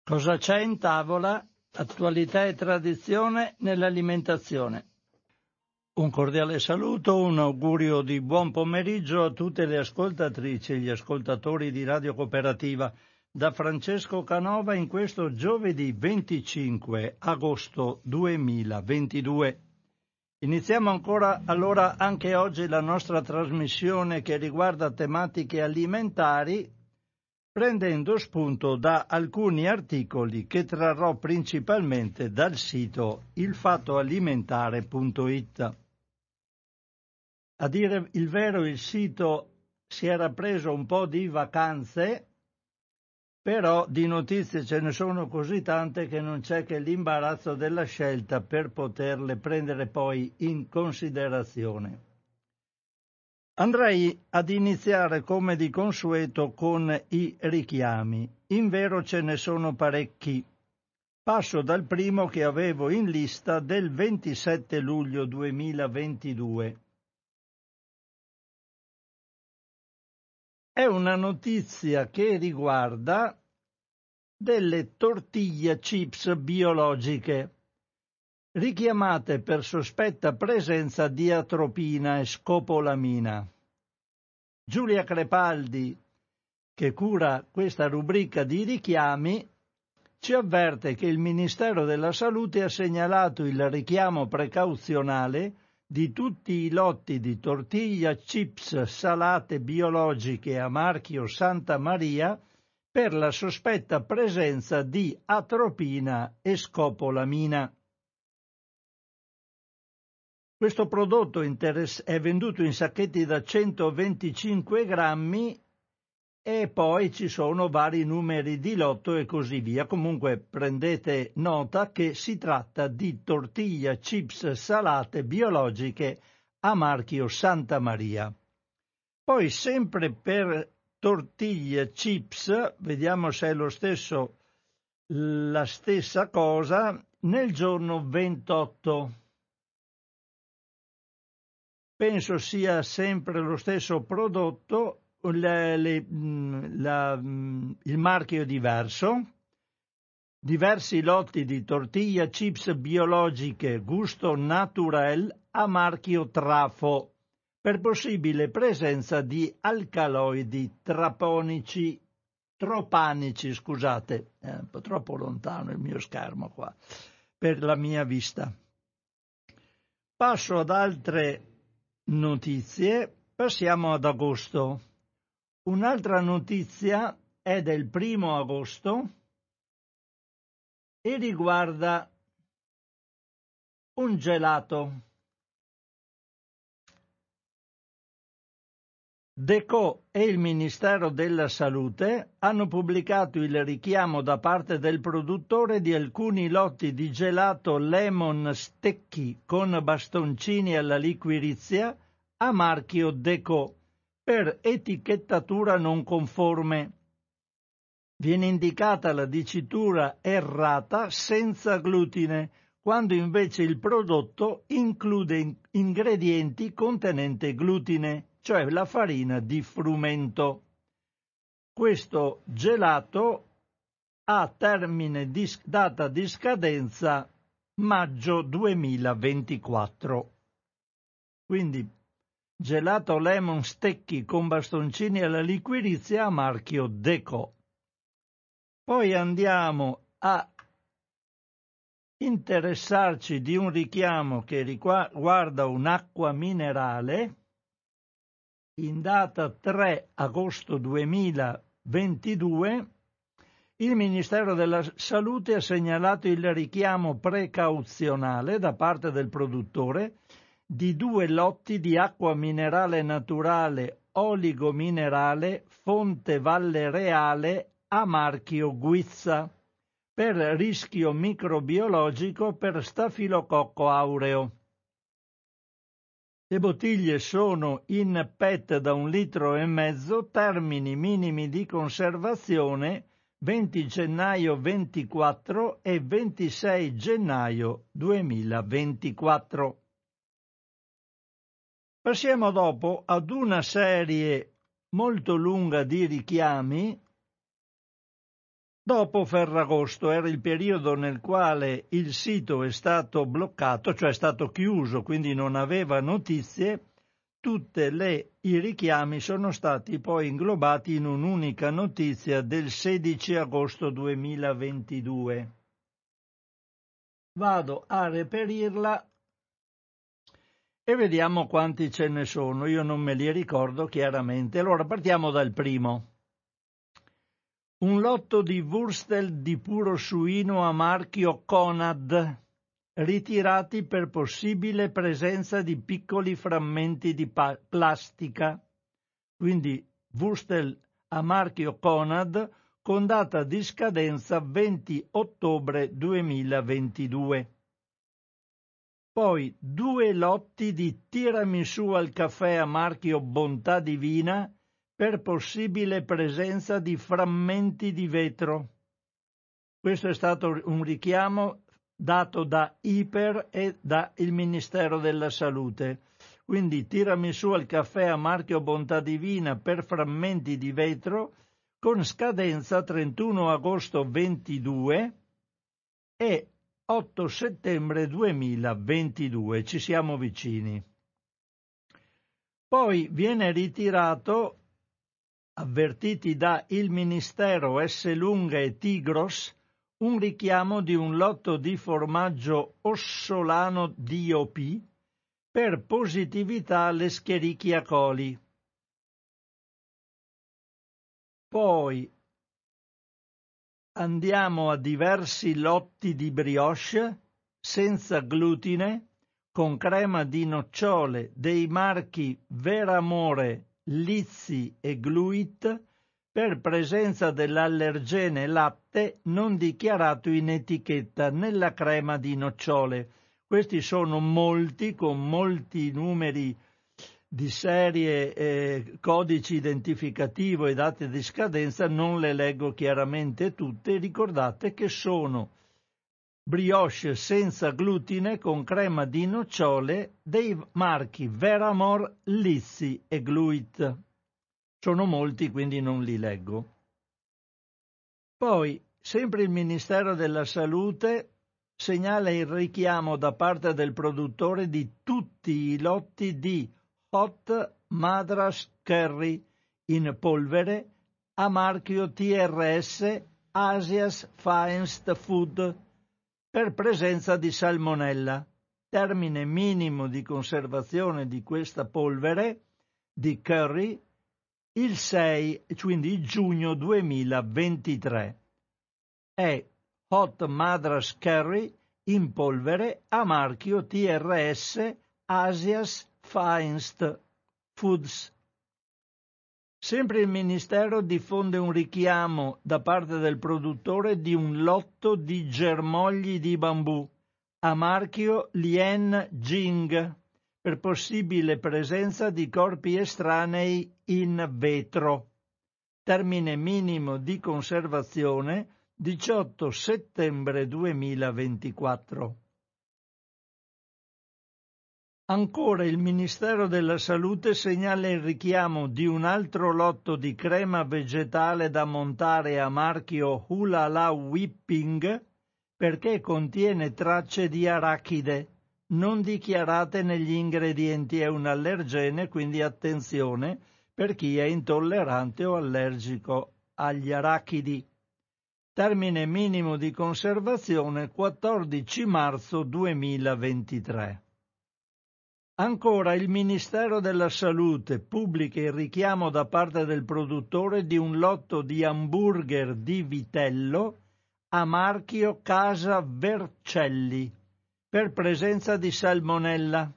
Cosa c'è in tavola? Attualità e tradizione nell'alimentazione. Un cordiale saluto, un augurio di buon pomeriggio a tutte le ascoltatrici e gli ascoltatori di Radio Cooperativa da Francesco Canova in questo giovedì 25 agosto 2022. Iniziamo ancora allora anche oggi la nostra trasmissione che riguarda tematiche alimentari, prendendo spunto da alcuni articoli che trarrò principalmente dal sito ilfattoalimentare.it. A dire il vero, il sito si era preso un po' di vacanze, però di notizie ce ne sono così tante che non c'è che l'imbarazzo della scelta per poterle prendere poi in considerazione. Andrei ad iniziare come di consueto con i richiami. Invero ce ne sono parecchi. Passo dal primo che avevo in lista del 27 luglio 2022. È una notizia che riguarda delle tortiglie chips biologiche, richiamate per sospetta presenza di atropina e scopolamina. Giulia Crepaldi, che cura questa rubrica di richiami, ci avverte che il Ministero della Salute ha segnalato il richiamo precauzionale di tutti i lotti di tortiglia chips salate biologiche a marchio Santa Maria per la sospetta presenza di atropina e scopolamina. Questo prodotto è venduto in sacchetti da 125 grammi e poi ci sono vari numeri di lotto e così via. Comunque prendete nota che si tratta di tortiglia chips salate biologiche a marchio Santa Maria. Poi sempre per tortiglie chips, vediamo se è la stessa cosa, nel giorno 28. Penso sia sempre lo stesso prodotto, il marchio è diverso. Diversi lotti di tortiglia chips biologiche gusto naturel a marchio Trafo, per possibile presenza di alcaloidi tropanici, scusate, è un po' troppo lontano il mio schermo qua, per la mia vista. Passo ad altre notizie, passiamo ad agosto. Un'altra notizia è del 1 agosto e riguarda un gelato. Decò e il Ministero della Salute hanno pubblicato il richiamo da parte del produttore di alcuni lotti di gelato Lemon Stecchi con bastoncini alla liquirizia a marchio Decò per etichettatura non conforme. Viene indicata la dicitura errata senza glutine, quando invece il prodotto include ingredienti contenenti glutine, cioè la farina di frumento. Questo gelato ha termine data di scadenza maggio 2024. Quindi gelato Lemon Stecchi con bastoncini alla liquirizia a marchio Decò. Poi andiamo a interessarci di un richiamo che riguarda un'acqua minerale. In data 3 agosto 2022 il Ministero della Salute ha segnalato il richiamo precauzionale da parte del produttore di 2 lotti di acqua minerale naturale oligominerale Fonte Valle Reale a marchio Guizza per rischio microbiologico per Stafilococco aureo. Le bottiglie sono in PET da 1,5 litri, termini minimi di conservazione 20 gennaio 24 e 26 gennaio 2024. Passiamo dopo ad una serie molto lunga di richiami Dopo Ferragosto era il periodo nel quale il sito è stato bloccato, cioè è stato chiuso, quindi non aveva notizie. I richiami sono stati poi inglobati in un'unica notizia del 16 agosto 2022. Vado a reperirla e vediamo quanti ce ne sono. Io non me li ricordo chiaramente. Allora partiamo dal primo. Un lotto di wurstel di puro suino a marchio Conad, ritirati per possibile presenza di piccoli frammenti di plastica. Quindi wurstel a marchio Conad con data di scadenza 20 ottobre 2022. Poi 2 lotti di tiramisù al caffè a marchio Bontà Divina per possibile presenza di frammenti di vetro. Questo è stato un richiamo dato da Iper e da il Ministero della Salute. Quindi tiramisù al caffè a marchio Bontà Divina per frammenti di vetro con scadenza 31 agosto 22 e 8 settembre 2022. Ci siamo vicini. Poi viene ritirato, avvertiti da il Ministero Esselunga e Tigros, un richiamo di un lotto di formaggio ossolano DOP per positività all'Escherichia coli. Poi andiamo a diversi lotti di brioche senza glutine con crema di nocciole dei marchi Veramore, Lizzi e Gluit per presenza dell'allergene latte non dichiarato in etichetta nella crema di nocciole. Questi sono molti, con molti numeri di serie, codici identificativo e date di scadenza, non le leggo chiaramente tutte. Ricordate che sono brioche senza glutine con crema di nocciole dei marchi Veramore, Lizzi e Gluit. Sono molti, quindi non li leggo. Poi, sempre il Ministero della Salute segnala il richiamo da parte del produttore di tutti i lotti di Hot Madras Curry in polvere a marchio TRS Asia's Finest Food per presenza di salmonella. Termine minimo di conservazione di questa polvere di curry il 6, quindi giugno 2023. È Hot Madras Curry in polvere a marchio TRS Asia's Finest Foods. Sempre il Ministero diffonde un richiamo da parte del produttore di un lotto di germogli di bambù a marchio Lien Jing per possibile presenza di corpi estranei in vetro. Termine minimo di conservazione 18 settembre 2024. Ancora il Ministero della Salute segnala il richiamo di un altro lotto di crema vegetale da montare a marchio Hulala Whipping perché contiene tracce di arachide non dichiarate negli ingredienti. È un allergene, quindi attenzione per chi è intollerante o allergico agli arachidi. Termine minimo di conservazione 14 marzo 2023. Ancora il Ministero della Salute pubblica il richiamo da parte del produttore di un lotto di hamburger di vitello a marchio Casa Vercelli per presenza di salmonella.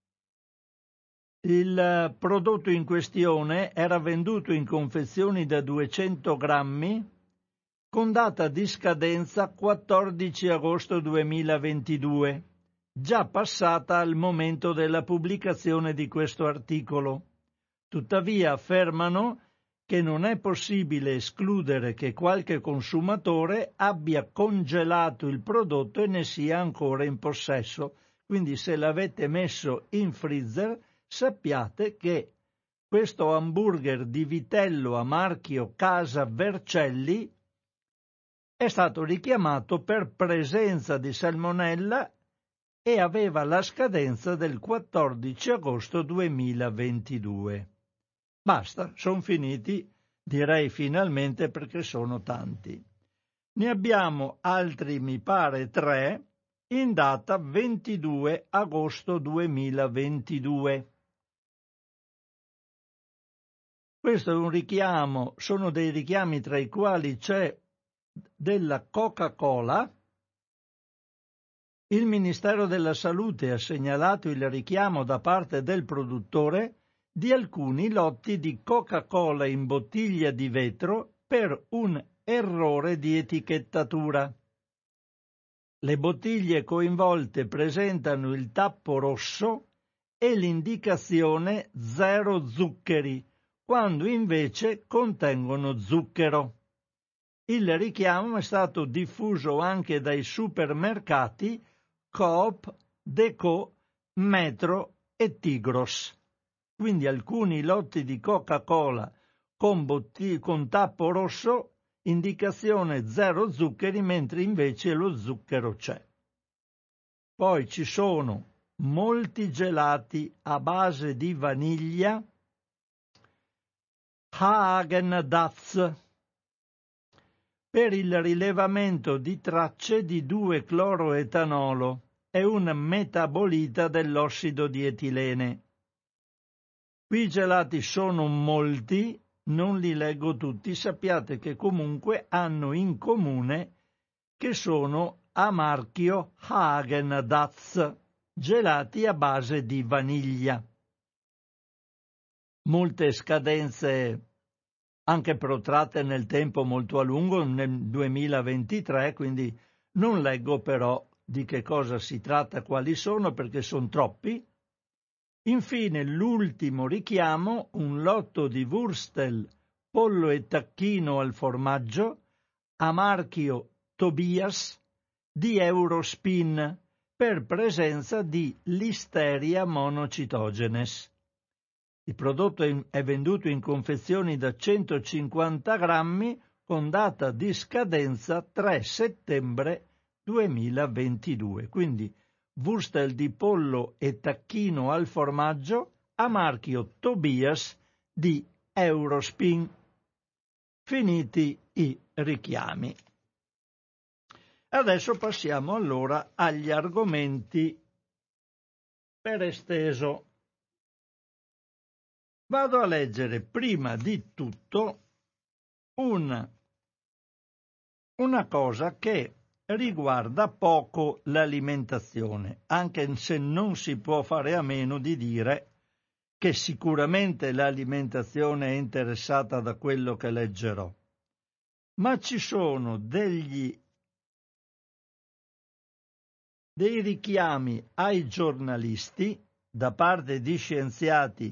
Il prodotto in questione era venduto in confezioni da 200 grammi con data di scadenza 14 agosto 2022. Già passata al momento della pubblicazione di questo articolo. Tuttavia affermano che non è possibile escludere che qualche consumatore abbia congelato il prodotto e ne sia ancora in possesso. Quindi se l'avete messo in freezer, sappiate che questo hamburger di vitello a marchio Casa Vercelli è stato richiamato per presenza di salmonella e aveva la scadenza del 14 agosto 2022. Basta, sono finiti, direi finalmente perché sono tanti. Ne abbiamo altri, mi pare, 3, in data 22 agosto 2022. Questo è un richiamo, sono dei richiami tra i quali c'è della Coca-Cola. Il Ministero della Salute ha segnalato il richiamo da parte del produttore di alcuni lotti di Coca-Cola in bottiglia di vetro per un errore di etichettatura. Le bottiglie coinvolte presentano il tappo rosso e l'indicazione 0 zuccheri, quando invece contengono zucchero. Il richiamo è stato diffuso anche dai supermercati Coop, Deco, Metro e Tigros. Quindi alcuni lotti di Coca-Cola con tappo rosso, indicazione 0 zuccheri, mentre invece lo zucchero c'è. Poi ci sono molti gelati a base di vaniglia, Häagen-Dazs, per il rilevamento di tracce di 2-cloroetanolo e un metabolita dell'ossido di etilene. Qui i gelati sono molti, non li leggo tutti, sappiate che comunque hanno in comune che sono a marchio Häagen-Dazs, gelati a base di vaniglia. Molte scadenze anche protratte nel tempo molto a lungo, nel 2023, quindi non leggo però di che cosa si tratta, quali sono, perché sono troppi. Infine l'ultimo richiamo, un lotto di Würstel, pollo e tacchino al formaggio, a marchio Tobias, di Eurospin, per presenza di Listeria monocitogenes. Il prodotto è venduto in confezioni da 150 grammi con data di scadenza 3 settembre 2022. Quindi Würstel di pollo e tacchino al formaggio a marchio Tobias di Eurospin. Finiti i richiami. Adesso passiamo allora agli argomenti per esteso. Vado a leggere prima di tutto una cosa che riguarda poco l'alimentazione, anche se non si può fare a meno di dire che sicuramente l'alimentazione è interessata da quello che leggerò. Ma ci sono dei richiami ai giornalisti da parte di scienziati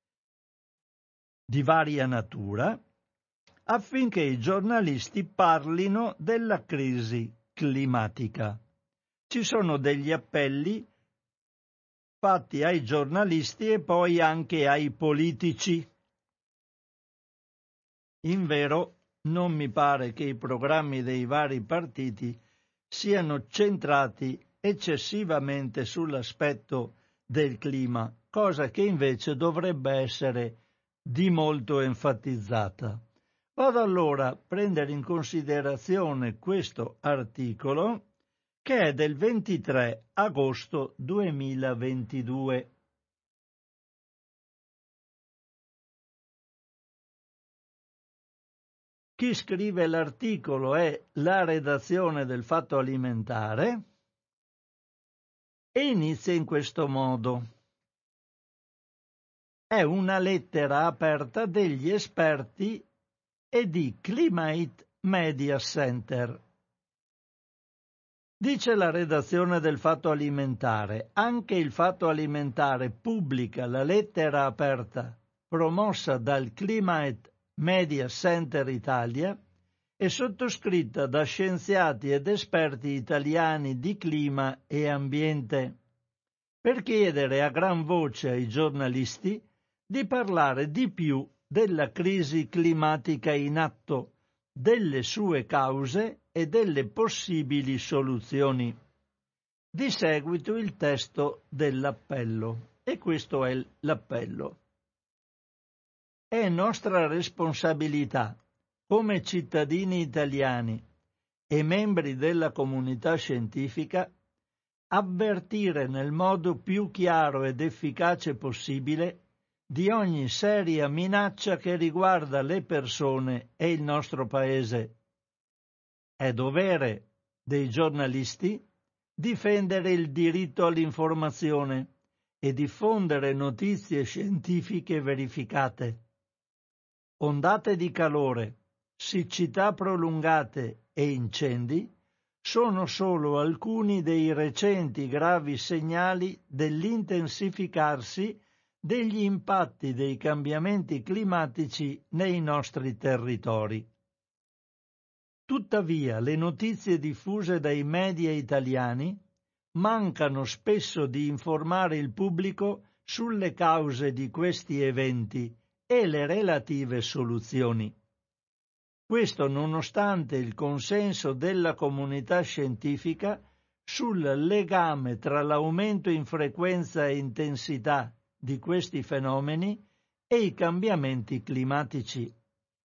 di varia natura affinché i giornalisti parlino della crisi climatica. Ci sono degli appelli fatti ai giornalisti e poi anche ai politici. Invero, non mi pare che i programmi dei vari partiti siano centrati eccessivamente sull'aspetto del clima, cosa che invece dovrebbe essere di molto enfatizzata. Vado allora a prendere in considerazione questo articolo che è del 23 agosto 2022. Chi scrive l'articolo è la redazione del Fatto Alimentare e inizia in questo modo. È una lettera aperta degli esperti e di Climate Media Center. Dice la redazione del Fatto Alimentare, anche il Fatto Alimentare pubblica la lettera aperta promossa dal Climate Media Center Italia e sottoscritta da scienziati ed esperti italiani di clima e ambiente, per chiedere a gran voce ai giornalisti di parlare di più della crisi climatica in atto, delle sue cause e delle possibili soluzioni. Di seguito il testo dell'appello, e questo è l'appello. È nostra responsabilità, come cittadini italiani e membri della comunità scientifica, avvertire nel modo più chiaro ed efficace possibile di ogni seria minaccia che riguarda le persone e il nostro Paese. È dovere dei giornalisti difendere il diritto all'informazione e diffondere notizie scientifiche verificate. Ondate di calore, siccità prolungate e incendi sono solo alcuni dei recenti gravi segnali dell'intensificarsi degli impatti dei cambiamenti climatici nei nostri territori. Tuttavia, le notizie diffuse dai media italiani mancano spesso di informare il pubblico sulle cause di questi eventi e le relative soluzioni. Questo nonostante il consenso della comunità scientifica sul legame tra l'aumento in frequenza e intensità di questi fenomeni e i cambiamenti climatici.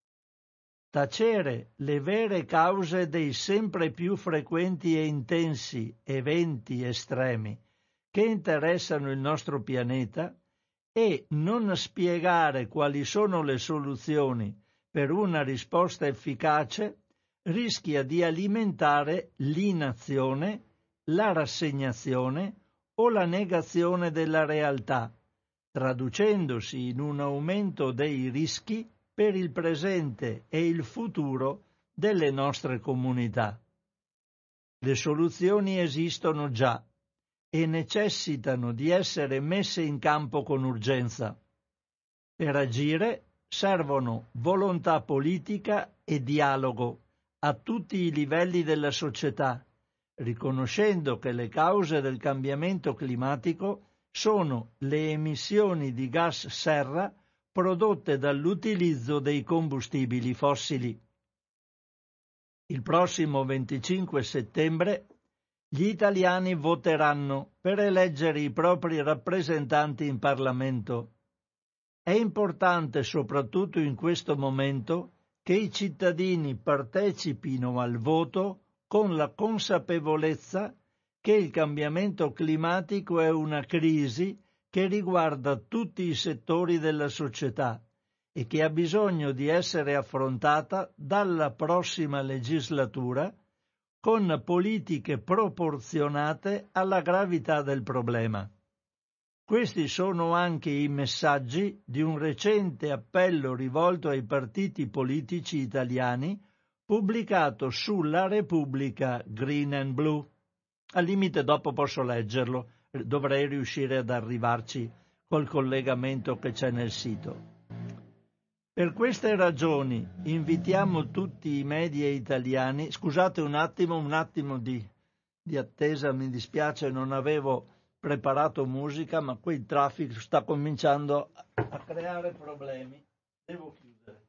Tacere le vere cause dei sempre più frequenti e intensi eventi estremi che interessano il nostro pianeta e non spiegare quali sono le soluzioni per una risposta efficace rischia di alimentare l'inazione, la rassegnazione o la negazione della realtà, traducendosi in un aumento dei rischi per il presente e il futuro delle nostre comunità. Le soluzioni esistono già e necessitano di essere messe in campo con urgenza. Per agire servono volontà politica e dialogo a tutti i livelli della società, riconoscendo che le cause del cambiamento climatico sono le emissioni di gas serra prodotte dall'utilizzo dei combustibili fossili. Il prossimo 25 settembre gli italiani voteranno per eleggere i propri rappresentanti in Parlamento. È importante, soprattutto in questo momento, che i cittadini partecipino al voto con la consapevolezza che il cambiamento climatico è una crisi che riguarda tutti i settori della società e che ha bisogno di essere affrontata dalla prossima legislatura con politiche proporzionate alla gravità del problema. Questi sono anche i messaggi di un recente appello rivolto ai partiti politici italiani pubblicato sulla Repubblica Green and Blue. Al limite dopo posso leggerlo, dovrei riuscire ad arrivarci col collegamento che c'è nel sito. Per queste ragioni invitiamo tutti i media italiani, scusate un attimo di attesa, mi dispiace, non avevo preparato musica, ma qui il traffico sta cominciando a creare problemi. Devo chiudere.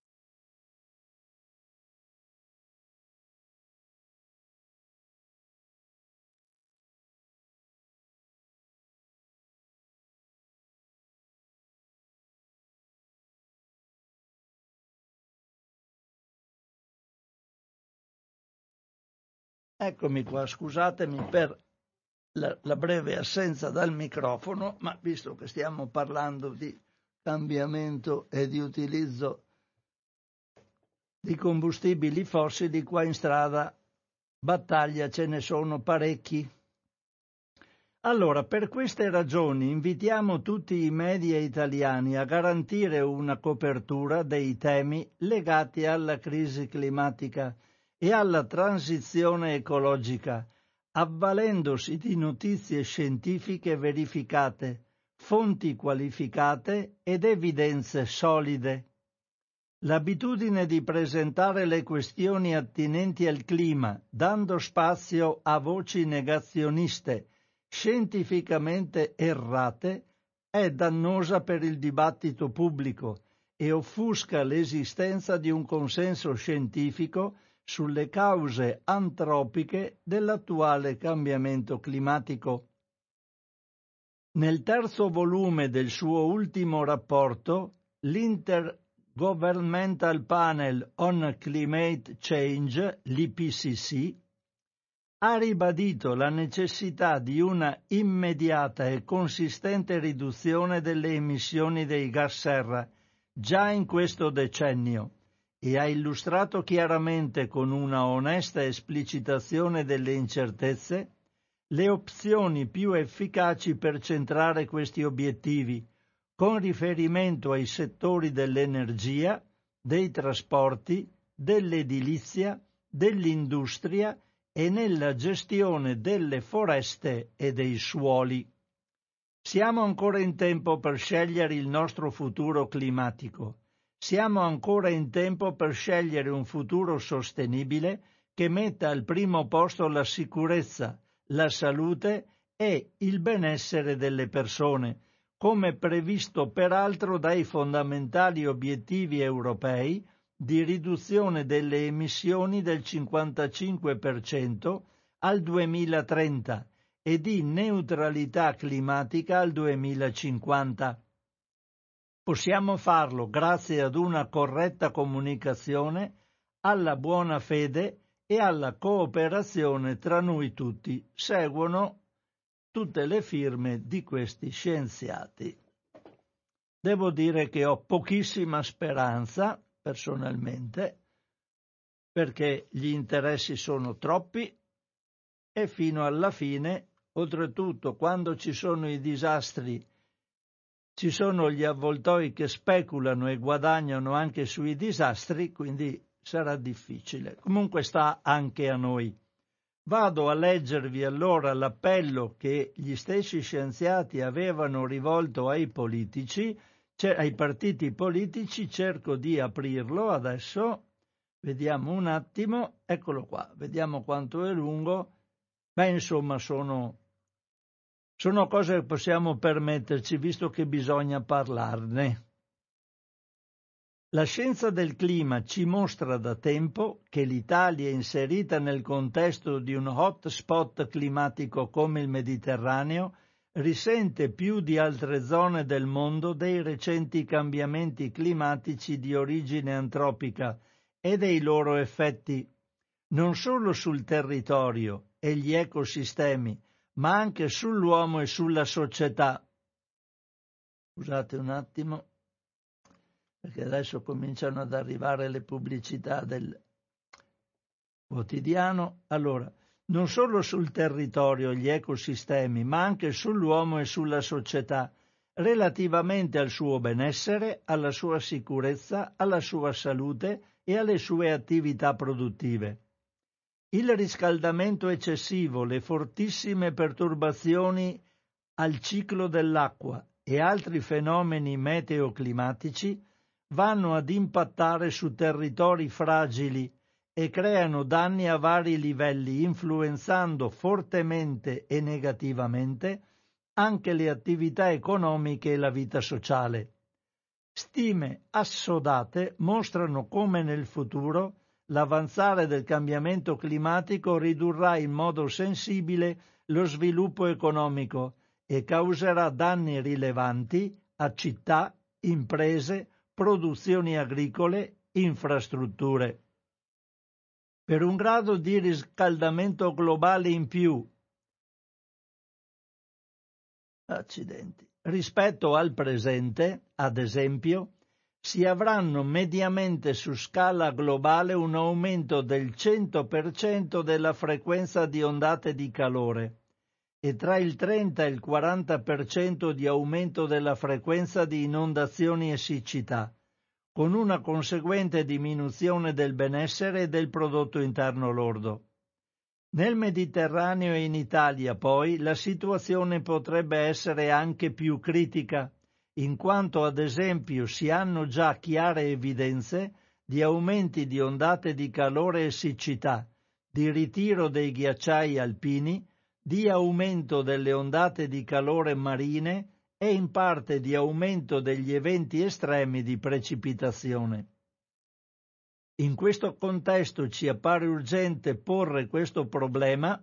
Eccomi qua, scusatemi per la breve assenza dal microfono, ma visto che stiamo parlando di cambiamento e di utilizzo di combustibili fossili, qua in strada battaglia ce ne sono parecchi. Allora, per queste ragioni invitiamo tutti i media italiani a garantire una copertura dei temi legati alla crisi climatica e alla transizione ecologica, avvalendosi di notizie scientifiche verificate, fonti qualificate ed evidenze solide. L'abitudine di presentare le questioni attinenti al clima, dando spazio a voci negazioniste, scientificamente errate, è dannosa per il dibattito pubblico e offusca l'esistenza di un consenso scientifico sulle cause antropiche dell'attuale cambiamento climatico. Nel terzo volume del suo ultimo rapporto, l'Intergovernmental Panel on Climate Change, l'IPCC, ha ribadito la necessità di una immediata e consistente riduzione delle emissioni dei gas serra già in questo decennio e ha illustrato chiaramente con una onesta esplicitazione delle incertezze le opzioni più efficaci per centrare questi obiettivi, con riferimento ai settori dell'energia, dei trasporti, dell'edilizia, dell'industria e nella gestione delle foreste e dei suoli. Siamo ancora in tempo per scegliere il nostro futuro climatico. Siamo ancora in tempo per scegliere un futuro sostenibile che metta al primo posto la sicurezza, la salute e il benessere delle persone, come previsto peraltro dai fondamentali obiettivi europei di riduzione delle emissioni del 55% al 2030 e di neutralità climatica al 2050. Possiamo farlo grazie ad una corretta comunicazione, alla buona fede e alla cooperazione tra noi tutti. Seguono tutte le firme di questi scienziati. Devo dire che ho pochissima speranza, personalmente, perché gli interessi sono troppi e fino alla fine, oltretutto, quando ci sono i disastri, ci sono gli avvoltoi che speculano e guadagnano anche sui disastri, quindi sarà difficile. Comunque sta anche a noi. Vado a leggervi allora l'appello che gli stessi scienziati avevano rivolto ai politici, ai partiti politici. Cerco di aprirlo adesso, vediamo un attimo, eccolo qua, vediamo quanto è lungo. Beh, insomma, sono cose che possiamo permetterci, visto che bisogna parlarne. La scienza del clima ci mostra da tempo che l'Italia, inserita nel contesto di un hotspot climatico come il Mediterraneo, risente più di altre zone del mondo dei recenti cambiamenti climatici di origine antropica e dei loro effetti, non solo sul territorio e gli ecosistemi, ma anche sull'uomo e sulla società. Scusate un attimo, perché adesso cominciano ad arrivare le pubblicità del quotidiano. Allora, non solo sul territorio e gli ecosistemi, ma anche sull'uomo e sulla società, relativamente al suo benessere, alla sua sicurezza, alla sua salute e alle sue attività produttive. Il riscaldamento eccessivo, le fortissime perturbazioni al ciclo dell'acqua e altri fenomeni meteoclimatici vanno ad impattare su territori fragili e creano danni a vari livelli, influenzando fortemente e negativamente anche le attività economiche e la vita sociale. Stime assodate mostrano come nel futuro l'avanzare del cambiamento climatico ridurrà in modo sensibile lo sviluppo economico e causerà danni rilevanti a città, imprese, produzioni agricole, infrastrutture. Per un grado di riscaldamento globale in più, rispetto al presente, ad esempio, si avranno mediamente su scala globale un aumento del 100% della frequenza di ondate di calore e tra il 30 e il 40% di aumento della frequenza di inondazioni e siccità, con una conseguente diminuzione del benessere e del prodotto interno lordo. Nel Mediterraneo e in Italia, poi, la situazione potrebbe essere anche più critica, in quanto ad esempio si hanno già chiare evidenze di aumenti di ondate di calore e siccità, di ritiro dei ghiacciai alpini, di aumento delle ondate di calore marine e in parte di aumento degli eventi estremi di precipitazione. In questo contesto ci appare urgente porre questo problema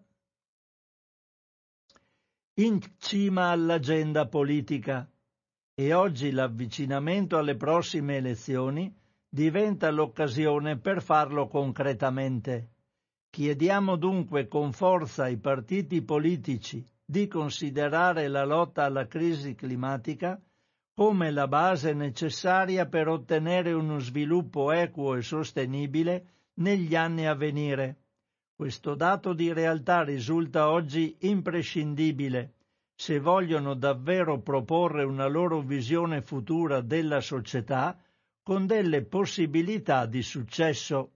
in cima all'agenda politica e oggi l'avvicinamento alle prossime elezioni diventa l'occasione per farlo concretamente. Chiediamo dunque con forza ai partiti politici di considerare la lotta alla crisi climatica come la base necessaria per ottenere uno sviluppo equo e sostenibile negli anni a venire. Questo dato di realtà risulta oggi imprescindibile se vogliono davvero proporre una loro visione futura della società con delle possibilità di successo.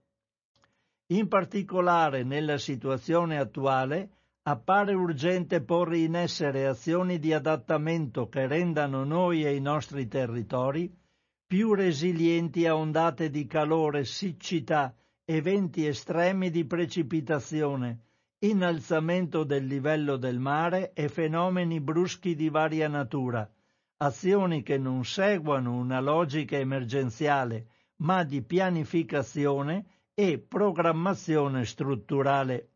In particolare nella situazione attuale appare urgente porre in essere azioni di adattamento che rendano noi e i nostri territori più resilienti a ondate di calore, siccità, eventi estremi di precipitazione, innalzamento del livello del mare e fenomeni bruschi di varia natura, azioni che non seguano una logica emergenziale, ma di pianificazione e programmazione strutturale.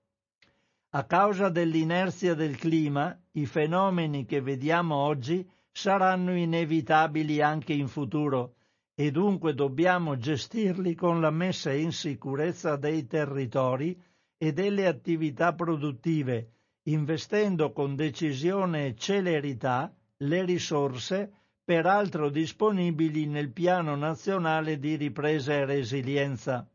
A causa dell'inerzia del clima, i fenomeni che vediamo oggi saranno inevitabili anche in futuro e dunque dobbiamo gestirli con la messa in sicurezza dei territori e delle attività produttive, investendo con decisione e celerità le risorse peraltro disponibili nel Piano Nazionale di Ripresa e Resilienza.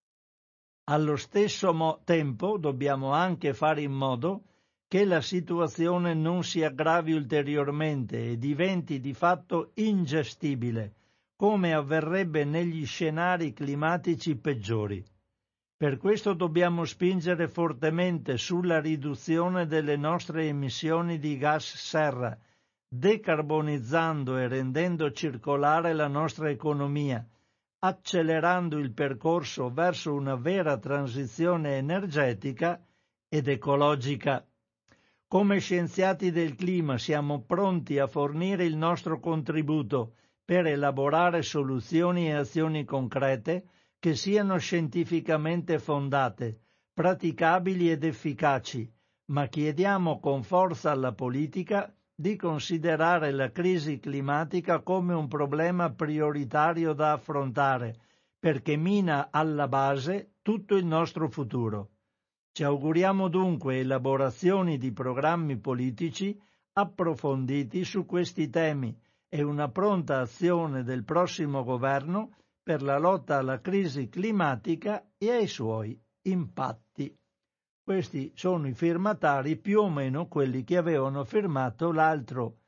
Allo stesso tempo dobbiamo anche fare in modo che la situazione non si aggravi ulteriormente e diventi di fatto ingestibile, come avverrebbe negli scenari climatici peggiori. Per questo dobbiamo spingere fortemente sulla riduzione delle nostre emissioni di gas serra, decarbonizzando e rendendo circolare la nostra economia, accelerando il percorso verso una vera transizione energetica ed ecologica. Come scienziati del clima siamo pronti a fornire il nostro contributo per elaborare soluzioni e azioni concrete che siano scientificamente fondate, praticabili ed efficaci, ma chiediamo con forza alla politica di considerare la crisi climatica come un problema prioritario da affrontare, perché mina alla base tutto il nostro futuro. Ci auguriamo dunque elaborazioni di programmi politici approfonditi su questi temi e una pronta azione del prossimo governo per la lotta alla crisi climatica e ai suoi impatti. Questi sono i firmatari, più o meno quelli che avevano firmato l'altro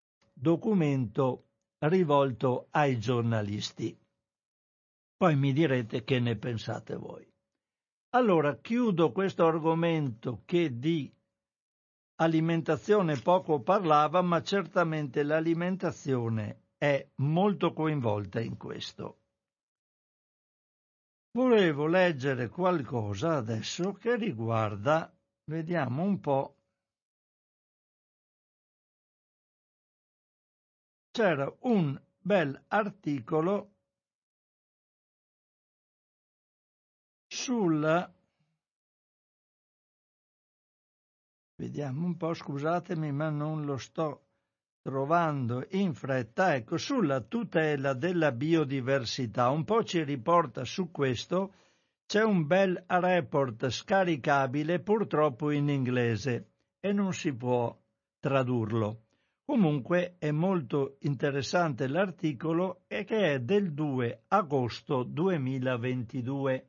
documento rivolto ai giornalisti. Poi mi direte che ne pensate voi. Allora chiudo questo argomento che di alimentazione poco parlava, ma certamente l'alimentazione è molto coinvolta in questo. Volevo leggere qualcosa adesso che riguarda, vediamo un po', c'era un bel articolo sulla, vediamo un po', scusatemi ma non lo sto trovando in fretta, ecco, sulla tutela della biodiversità. Un po' ci riporta su questo, c'è un bel report scaricabile purtroppo in inglese e non si può tradurlo. Comunque è molto interessante l'articolo e che è del 2 agosto 2022.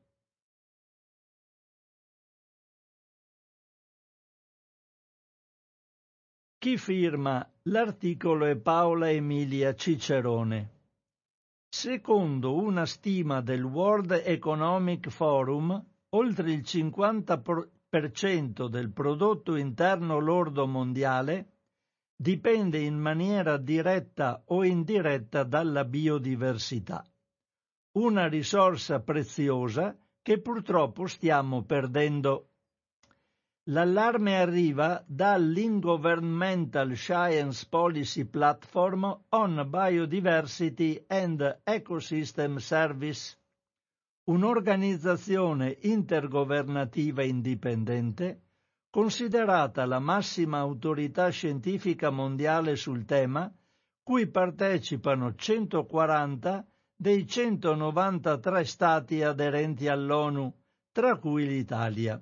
Chi firma l'articolo è Paola Emilia Cicerone. Secondo una stima del World Economic Forum, oltre il 50% del prodotto interno lordo mondiale dipende in maniera diretta o indiretta dalla biodiversità, una risorsa preziosa che purtroppo stiamo perdendo. L'allarme arriva dall'Ingovernmental Science Policy Platform on Biodiversity and Ecosystem Service, un'organizzazione intergovernativa indipendente, considerata la massima autorità scientifica mondiale sul tema, cui partecipano 140 dei 193 stati aderenti all'ONU, tra cui l'Italia.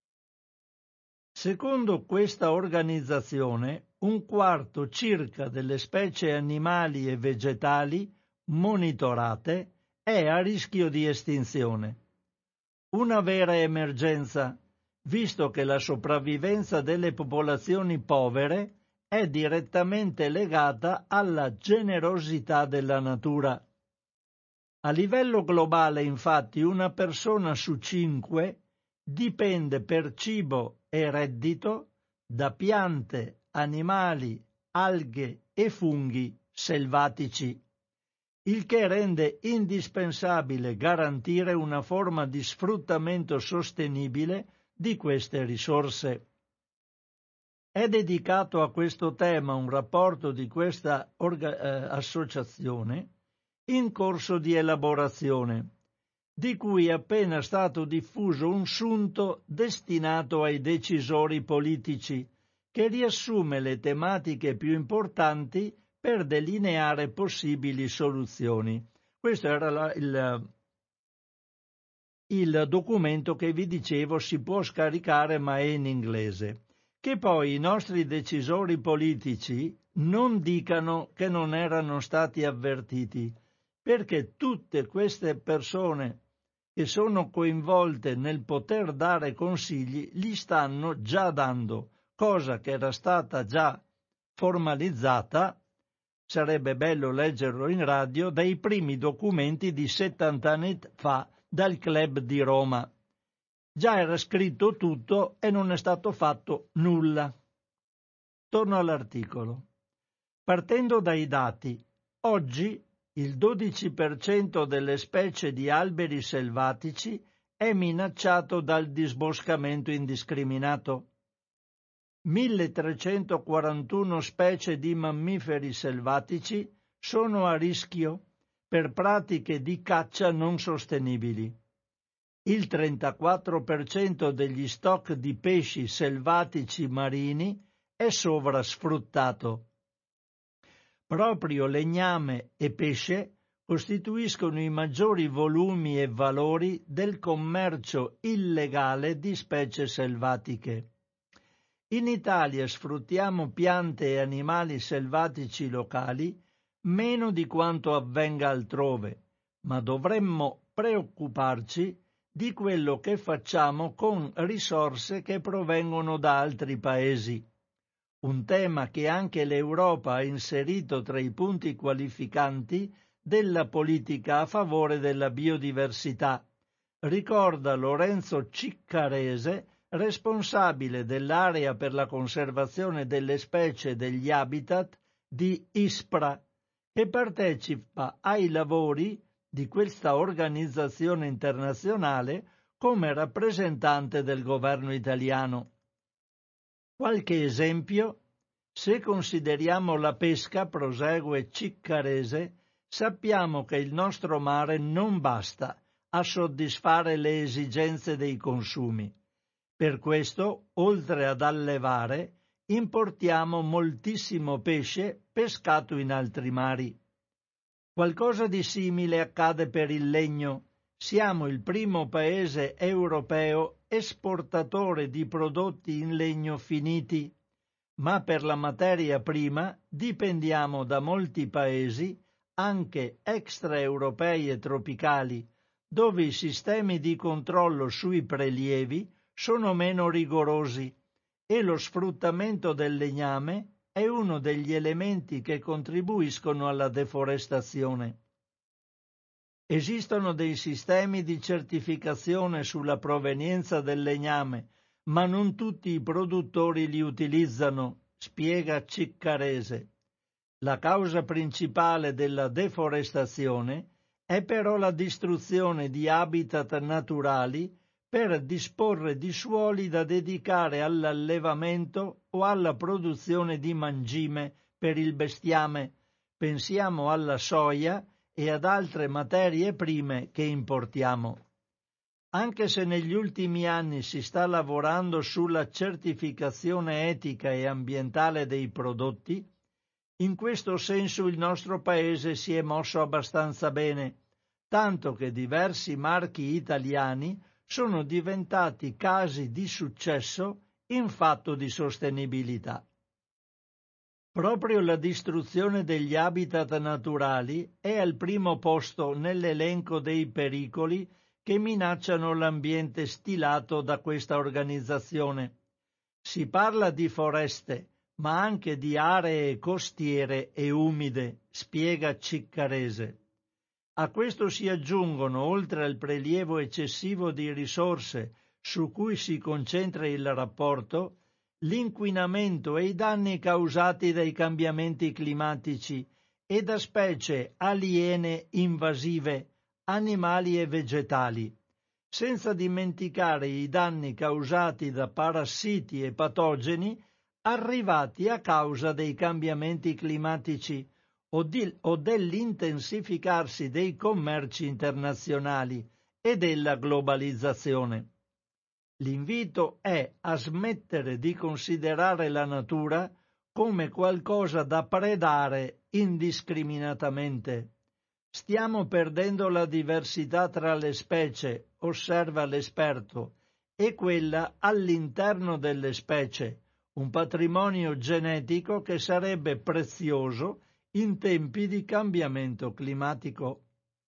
Secondo questa organizzazione, un quarto circa delle specie animali e vegetali monitorate è a rischio di estinzione. Una vera emergenza, visto che la sopravvivenza delle popolazioni povere è direttamente legata alla generosità della natura. A livello globale, infatti, una persona su 5 dipende per cibo e reddito da piante, animali, alghe e funghi selvatici, il che rende indispensabile garantire una forma di sfruttamento sostenibile di queste risorse. È dedicato a questo tema un rapporto di questa associazione in corso di elaborazione, di cui è appena stato diffuso un sunto destinato ai decisori politici, che riassume le tematiche più importanti per delineare possibili soluzioni. Questo era il documento che vi dicevo si può scaricare, ma è in inglese. Che poi i nostri decisori politici non dicano che non erano stati avvertiti, perché tutte queste persone che sono coinvolte nel poter dare consigli li stanno già dando, cosa che era stata già formalizzata, sarebbe bello leggerlo in radio, dai primi documenti di 70 anni fa dal club di Roma. Già era scritto tutto e non è stato fatto nulla. Torno all'articolo. Partendo dai dati, oggi il 12% delle specie di alberi selvatici è minacciato dal disboscamento indiscriminato. 1341 specie di mammiferi selvatici sono a rischio per pratiche di caccia non sostenibili. Il 34% degli stock di pesci selvatici marini è sovrasfruttato. Proprio legname e pesce costituiscono i maggiori volumi e valori del commercio illegale di specie selvatiche. In Italia sfruttiamo piante e animali selvatici locali meno di quanto avvenga altrove, ma dovremmo preoccuparci di quello che facciamo con risorse che provengono da altri paesi. Un tema che anche l'Europa ha inserito tra i punti qualificanti della politica a favore della biodiversità, ricorda Lorenzo Ciccarese, responsabile dell'area per la conservazione delle specie e degli habitat di ISPRA, che partecipa ai lavori di questa organizzazione internazionale come rappresentante del governo italiano. Qualche esempio? Se consideriamo la pesca, prosegue Ciccarese, sappiamo che il nostro mare non basta a soddisfare le esigenze dei consumi. Per questo, oltre ad allevare, importiamo moltissimo pesce pescato in altri mari. Qualcosa di simile accade per il legno. Siamo il primo paese europeo esportatore di prodotti in legno finiti, ma per la materia prima dipendiamo da molti paesi, anche extraeuropei e tropicali, dove i sistemi di controllo sui prelievi sono meno rigorosi e lo sfruttamento del legname è uno degli elementi che contribuiscono alla deforestazione. Esistono dei sistemi di certificazione sulla provenienza del legname, ma non tutti i produttori li utilizzano, spiega Ciccarese. La causa principale della deforestazione è però la distruzione di habitat naturali per disporre di suoli da dedicare all'allevamento o alla produzione di mangime per il bestiame. Pensiamo alla soia e ad altre materie prime che importiamo. Anche se negli ultimi anni si sta lavorando sulla certificazione etica e ambientale dei prodotti, in questo senso il nostro Paese si è mosso abbastanza bene, tanto che diversi marchi italiani sono diventati casi di successo in fatto di sostenibilità. Proprio la distruzione degli habitat naturali è al primo posto nell'elenco dei pericoli che minacciano l'ambiente stilato da questa organizzazione. Si parla di foreste, ma anche di aree costiere e umide, spiega Ciccarese. A questo si aggiungono, oltre al prelievo eccessivo di risorse su cui si concentra il rapporto, l'inquinamento e i danni causati dai cambiamenti climatici e da specie aliene invasive, animali e vegetali, senza dimenticare i danni causati da parassiti e patogeni arrivati a causa dei cambiamenti climatici o dell'intensificarsi dei commerci internazionali e della globalizzazione. L'invito è a smettere di considerare la natura come qualcosa da predare indiscriminatamente. Stiamo perdendo la diversità tra le specie, osserva l'esperto, e quella all'interno delle specie, un patrimonio genetico che sarebbe prezioso in tempi di cambiamento climatico.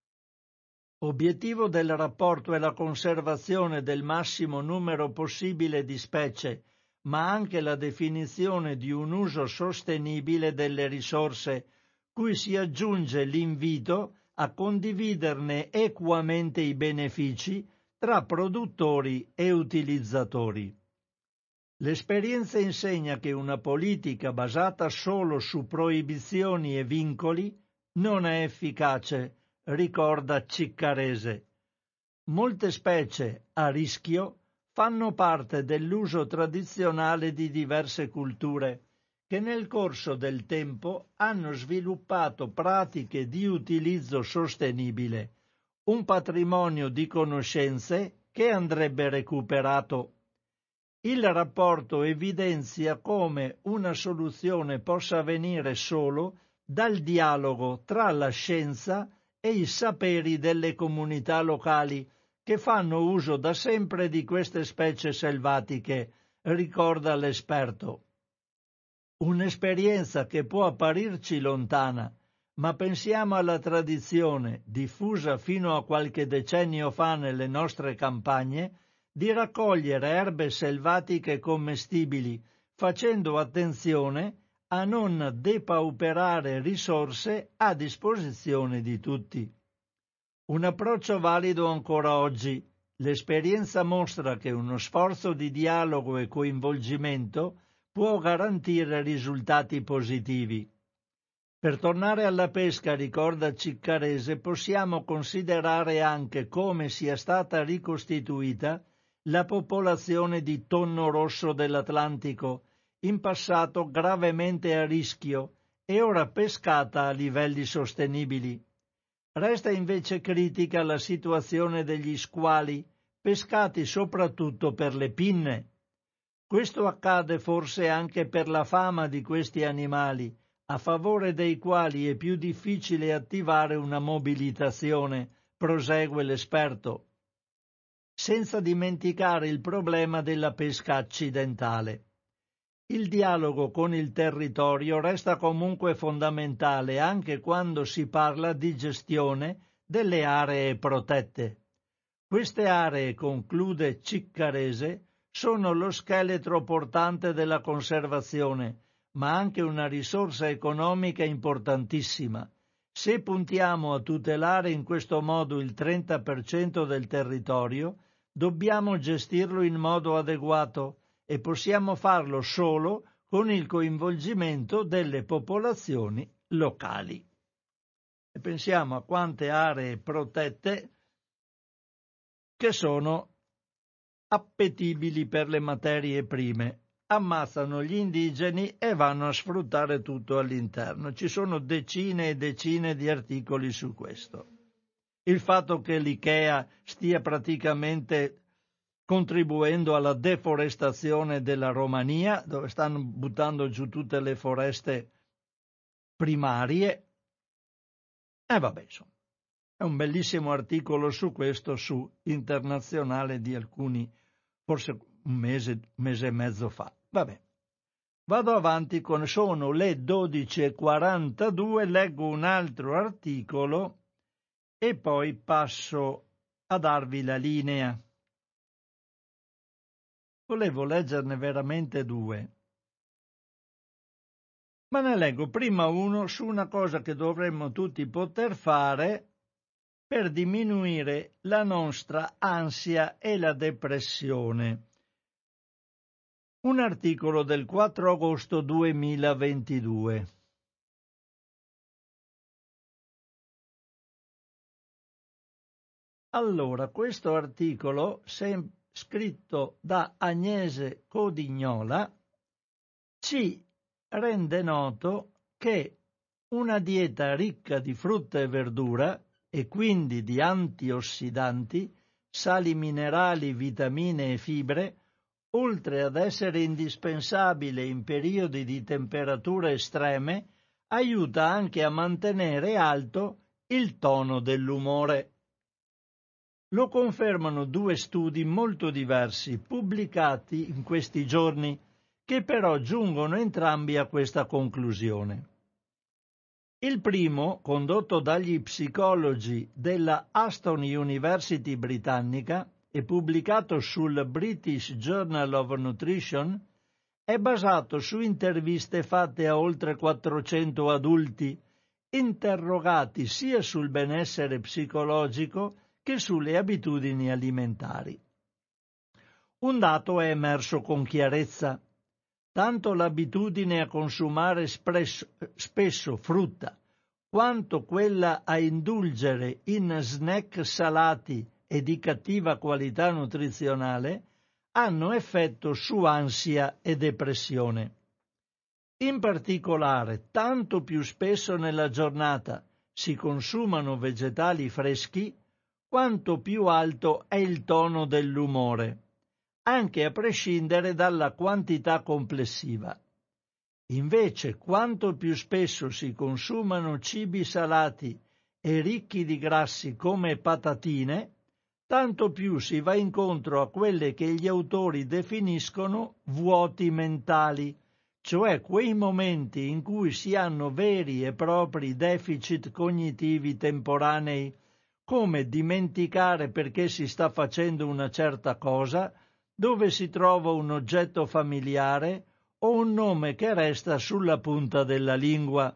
Obiettivo del rapporto è la conservazione del massimo numero possibile di specie, ma anche la definizione di un uso sostenibile delle risorse, cui si aggiunge l'invito a condividerne equamente i benefici tra produttori e utilizzatori. L'esperienza insegna che una politica basata solo su proibizioni e vincoli non è efficace, ricorda Ciccarese. Molte specie a rischio fanno parte dell'uso tradizionale di diverse culture che nel corso del tempo hanno sviluppato pratiche di utilizzo sostenibile, un patrimonio di conoscenze che andrebbe recuperato. Il rapporto evidenzia come una soluzione possa venire solo dal dialogo tra la scienza e i saperi delle comunità locali che fanno uso da sempre di queste specie selvatiche, ricorda l'esperto. Un'esperienza che può apparirci lontana, ma pensiamo alla tradizione, diffusa fino a qualche decennio fa nelle nostre campagne, di raccogliere erbe selvatiche commestibili, facendo attenzione a non depauperare risorse a disposizione di tutti. Un approccio valido ancora oggi. L'esperienza mostra che uno sforzo di dialogo e coinvolgimento può garantire risultati positivi. Per tornare alla pesca, ricorda Ciccarese, possiamo considerare anche come sia stata ricostituita la popolazione di tonno rosso dell'Atlantico, in passato gravemente a rischio e ora pescata a livelli sostenibili. Resta invece critica la situazione degli squali, pescati soprattutto per le pinne. Questo accade forse anche per la fama di questi animali, a favore dei quali è più difficile attivare una mobilitazione, prosegue l'esperto, senza dimenticare il problema della pesca accidentale. Il dialogo con il territorio resta comunque fondamentale anche quando si parla di gestione delle aree protette. Queste aree, conclude Ciccarese, sono lo scheletro portante della conservazione, ma anche una risorsa economica importantissima. Se puntiamo a tutelare in questo modo il 30% del territorio, dobbiamo gestirlo in modo adeguato e possiamo farlo solo con il coinvolgimento delle popolazioni locali. E pensiamo a quante aree protette che sono appetibili per le materie prime, ammazzano gli indigeni e vanno a sfruttare tutto all'interno. Ci sono decine e decine di articoli su questo. il fatto che l'IKEA stia praticamente contribuendo alla deforestazione della Romania, dove stanno buttando giù tutte le foreste primarie. E vabbè, insomma, è un bellissimo articolo su questo, su Internazionale di alcuni, forse un mese e mezzo fa. Vabbè. Vado avanti sono le 12:42, leggo un altro articolo e poi passo a darvi la linea. Volevo leggerne veramente due, ma ne leggo prima uno su una cosa che dovremmo tutti poter fare per diminuire la nostra ansia e la depressione. Un articolo del 4 agosto 2022. Allora, questo articolo, scritto da Agnese Codignola, ci rende noto che una dieta ricca di frutta e verdura e quindi di antiossidanti, sali minerali, vitamine e fibre, oltre ad essere indispensabile in periodi di temperature estreme, aiuta anche a mantenere alto il tono dell'umore. Lo confermano due studi molto diversi, pubblicati in questi giorni, che però giungono entrambi a questa conclusione. Il primo, condotto dagli psicologi della Aston University britannica e pubblicato sul British Journal of Nutrition, è basato su interviste fatte a oltre 400 adulti, interrogati sia sul benessere psicologico che sulle abitudini alimentari. Un dato è emerso con chiarezza. Tanto l'abitudine a consumare spesso frutta, quanto quella a indulgere in snack salati e di cattiva qualità nutrizionale, hanno effetto su ansia e depressione. In particolare, tanto più spesso nella giornata si consumano vegetali freschi, quanto più alto è il tono dell'umore, anche a prescindere dalla quantità complessiva. Invece, quanto più spesso si consumano cibi salati e ricchi di grassi come patatine, tanto più si va incontro a quelle che gli autori definiscono vuoti mentali, cioè quei momenti in cui si hanno veri e propri deficit cognitivi temporanei, come dimenticare perché si sta facendo una certa cosa, dove si trova un oggetto familiare o un nome che resta sulla punta della lingua.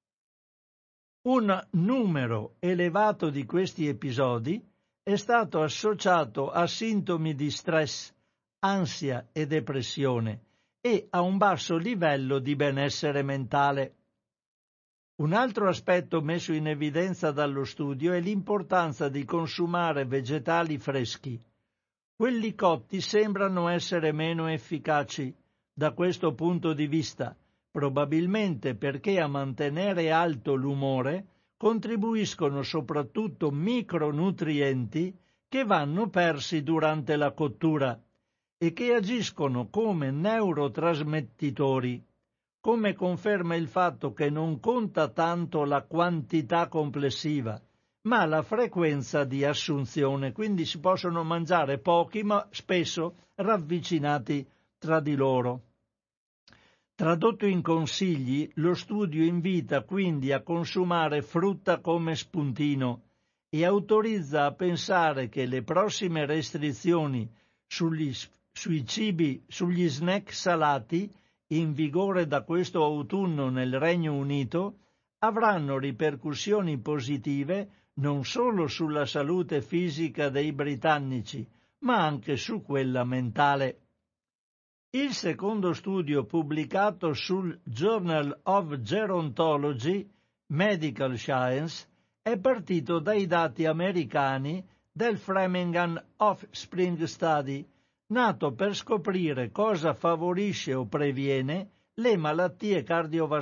Un numero elevato di questi episodi è stato associato a sintomi di stress, ansia e depressione e a un basso livello di benessere mentale. Un altro aspetto messo in evidenza dallo studio è l'importanza di consumare vegetali freschi. Quelli cotti sembrano essere meno efficaci da questo punto di vista, probabilmente perché a mantenere alto l'umore contribuiscono soprattutto micronutrienti che vanno persi durante la cottura e che agiscono come neurotrasmettitori, come conferma il fatto che non conta tanto la quantità complessiva, ma la frequenza di assunzione, quindi si possono mangiare pochi ma spesso ravvicinati tra di loro. Tradotto in consigli, lo studio invita quindi a consumare frutta come spuntino e autorizza a pensare che le prossime restrizioni sugli snack salati in vigore da questo autunno nel Regno Unito avranno ripercussioni positive non solo sulla salute fisica dei britannici, ma anche su quella mentale. Il secondo studio pubblicato sul Journal of Gerontology, Medical Science, è partito dai dati americani del Framingham Offspring Study, nato per scoprire cosa favorisce o previene le malattie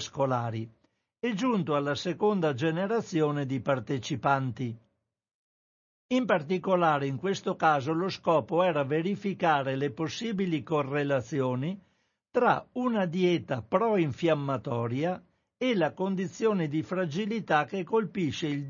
cardiovascolari, e giunto alla seconda generazione di partecipanti. In particolare, in questo caso, lo scopo era verificare le possibili correlazioni tra una dieta pro-infiammatoria e la condizione di fragilità che colpisce il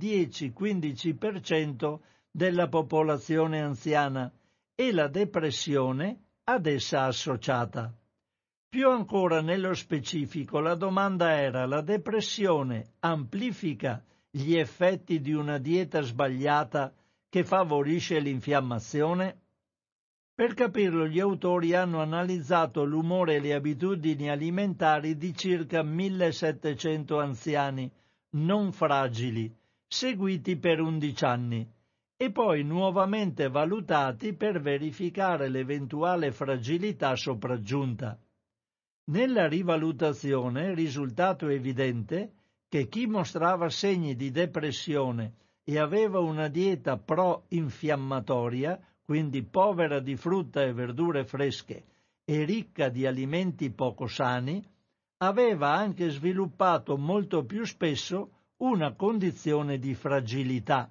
10-15% della popolazione anziana e la depressione ad essa associata. Più ancora nello specifico, la domanda era: la depressione amplifica gli effetti di una dieta sbagliata che favorisce l'infiammazione? Per capirlo, gli autori hanno analizzato l'umore e le abitudini alimentari di circa 1700 anziani non fragili, seguiti per 11 anni, e poi nuovamente valutati per verificare l'eventuale fragilità sopraggiunta. Nella rivalutazione è risultato evidente che chi mostrava segni di depressione e aveva una dieta pro-infiammatoria, quindi povera di frutta e verdure fresche e ricca di alimenti poco sani, aveva anche sviluppato molto più spesso una condizione di fragilità.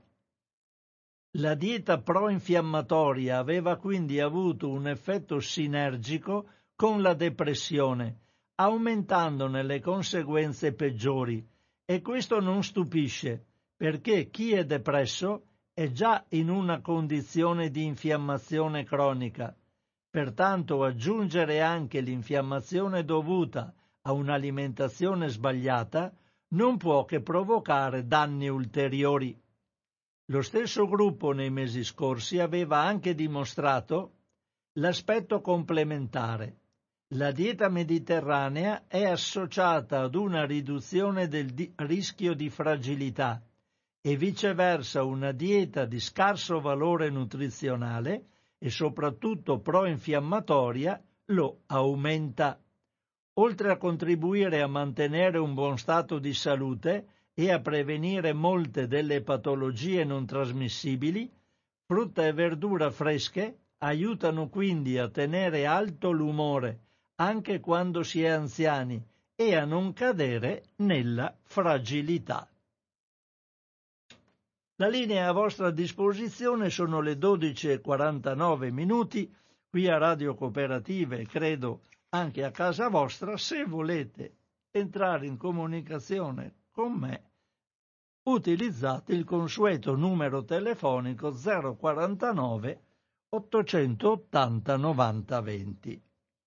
La dieta pro-infiammatoria aveva quindi avuto un effetto sinergico con la depressione, aumentandone le conseguenze peggiori, e questo non stupisce, perché chi è depresso è già in una condizione di infiammazione cronica. Pertanto aggiungere anche l'infiammazione dovuta a un'alimentazione sbagliata non può che provocare danni ulteriori. Lo stesso gruppo nei mesi scorsi aveva anche dimostrato l'aspetto complementare. La dieta mediterranea è associata ad una riduzione del rischio di fragilità e viceversa una dieta di scarso valore nutrizionale e soprattutto pro-infiammatoria lo aumenta. Oltre a contribuire a mantenere un buon stato di salute e a prevenire molte delle patologie non trasmissibili, frutta e verdura fresche aiutano quindi a tenere alto l'umore anche quando si è anziani e a non cadere nella fragilità. La linea a vostra disposizione, sono le 12:49 qui a Radio Cooperativa e credo anche a casa vostra. Se volete entrare in comunicazione con me, utilizzate il consueto numero telefonico 049 880 90 20.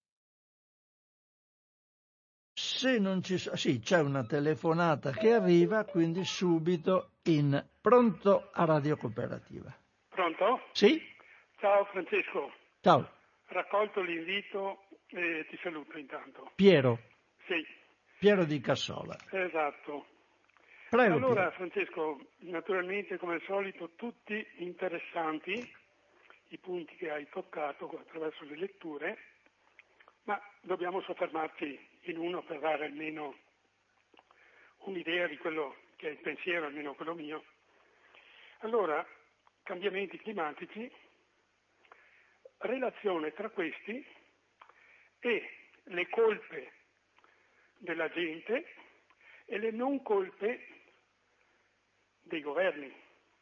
Se non ci sì, c'è una telefonata che arriva, quindi subito in pronto a Radio Cooperativa. Pronto? Sì? Ciao Francesco. Ciao. Raccolto l'invito e ti saluto intanto. Piero. Sì. Piero di Cassola. Esatto. Prego, Allora Piero. Francesco, naturalmente come al solito tutti interessanti i punti che hai toccato attraverso le letture, ma dobbiamo soffermarci in uno per dare almeno un'idea di quello che è il pensiero, almeno quello mio. Allora, cambiamenti climatici, relazione tra questi e le colpe della gente e le non colpe dei governi.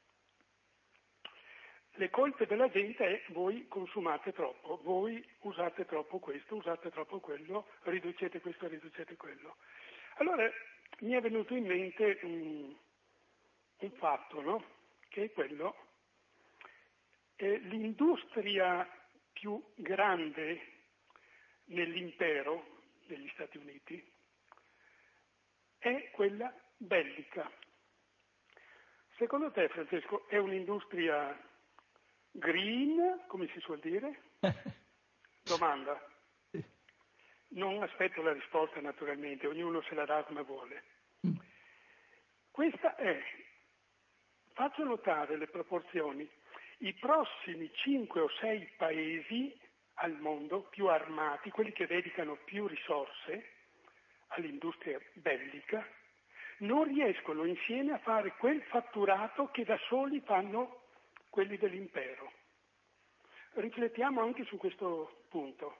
Le colpe della gente è: voi consumate troppo, voi usate troppo questo, usate troppo quello, riducete questo, riducete quello. Allora mi è venuto in mente un fatto, no? Che è quello, l'industria più grande nell'impero degli Stati Uniti è quella bellica. Secondo te, Francesco, è un'industria green, come si suol dire? Domanda. Non aspetto la risposta, naturalmente, ognuno se la dà come vuole. Questa è, faccio notare le proporzioni, i prossimi 5 o 6 paesi al mondo più armati, quelli che dedicano più risorse all'industria bellica, non riescono insieme a fare quel fatturato che da soli fanno quelli dell'impero. Riflettiamo anche su questo punto.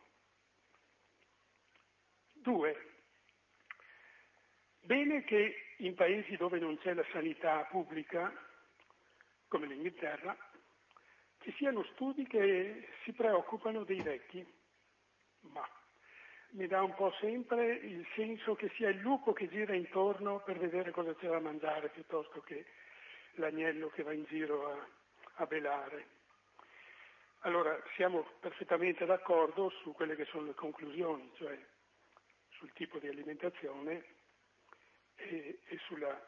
2. Bene che in paesi dove non c'è la sanità pubblica, come l'Inghilterra, ci siano studi che si preoccupano dei vecchi, ma mi dà un po' sempre il senso che sia il lupo che gira intorno per vedere cosa c'è da mangiare piuttosto che l'agnello che va in giro a belare. Allora siamo perfettamente d'accordo su quelle che sono le conclusioni, cioè sul tipo di alimentazione e sulla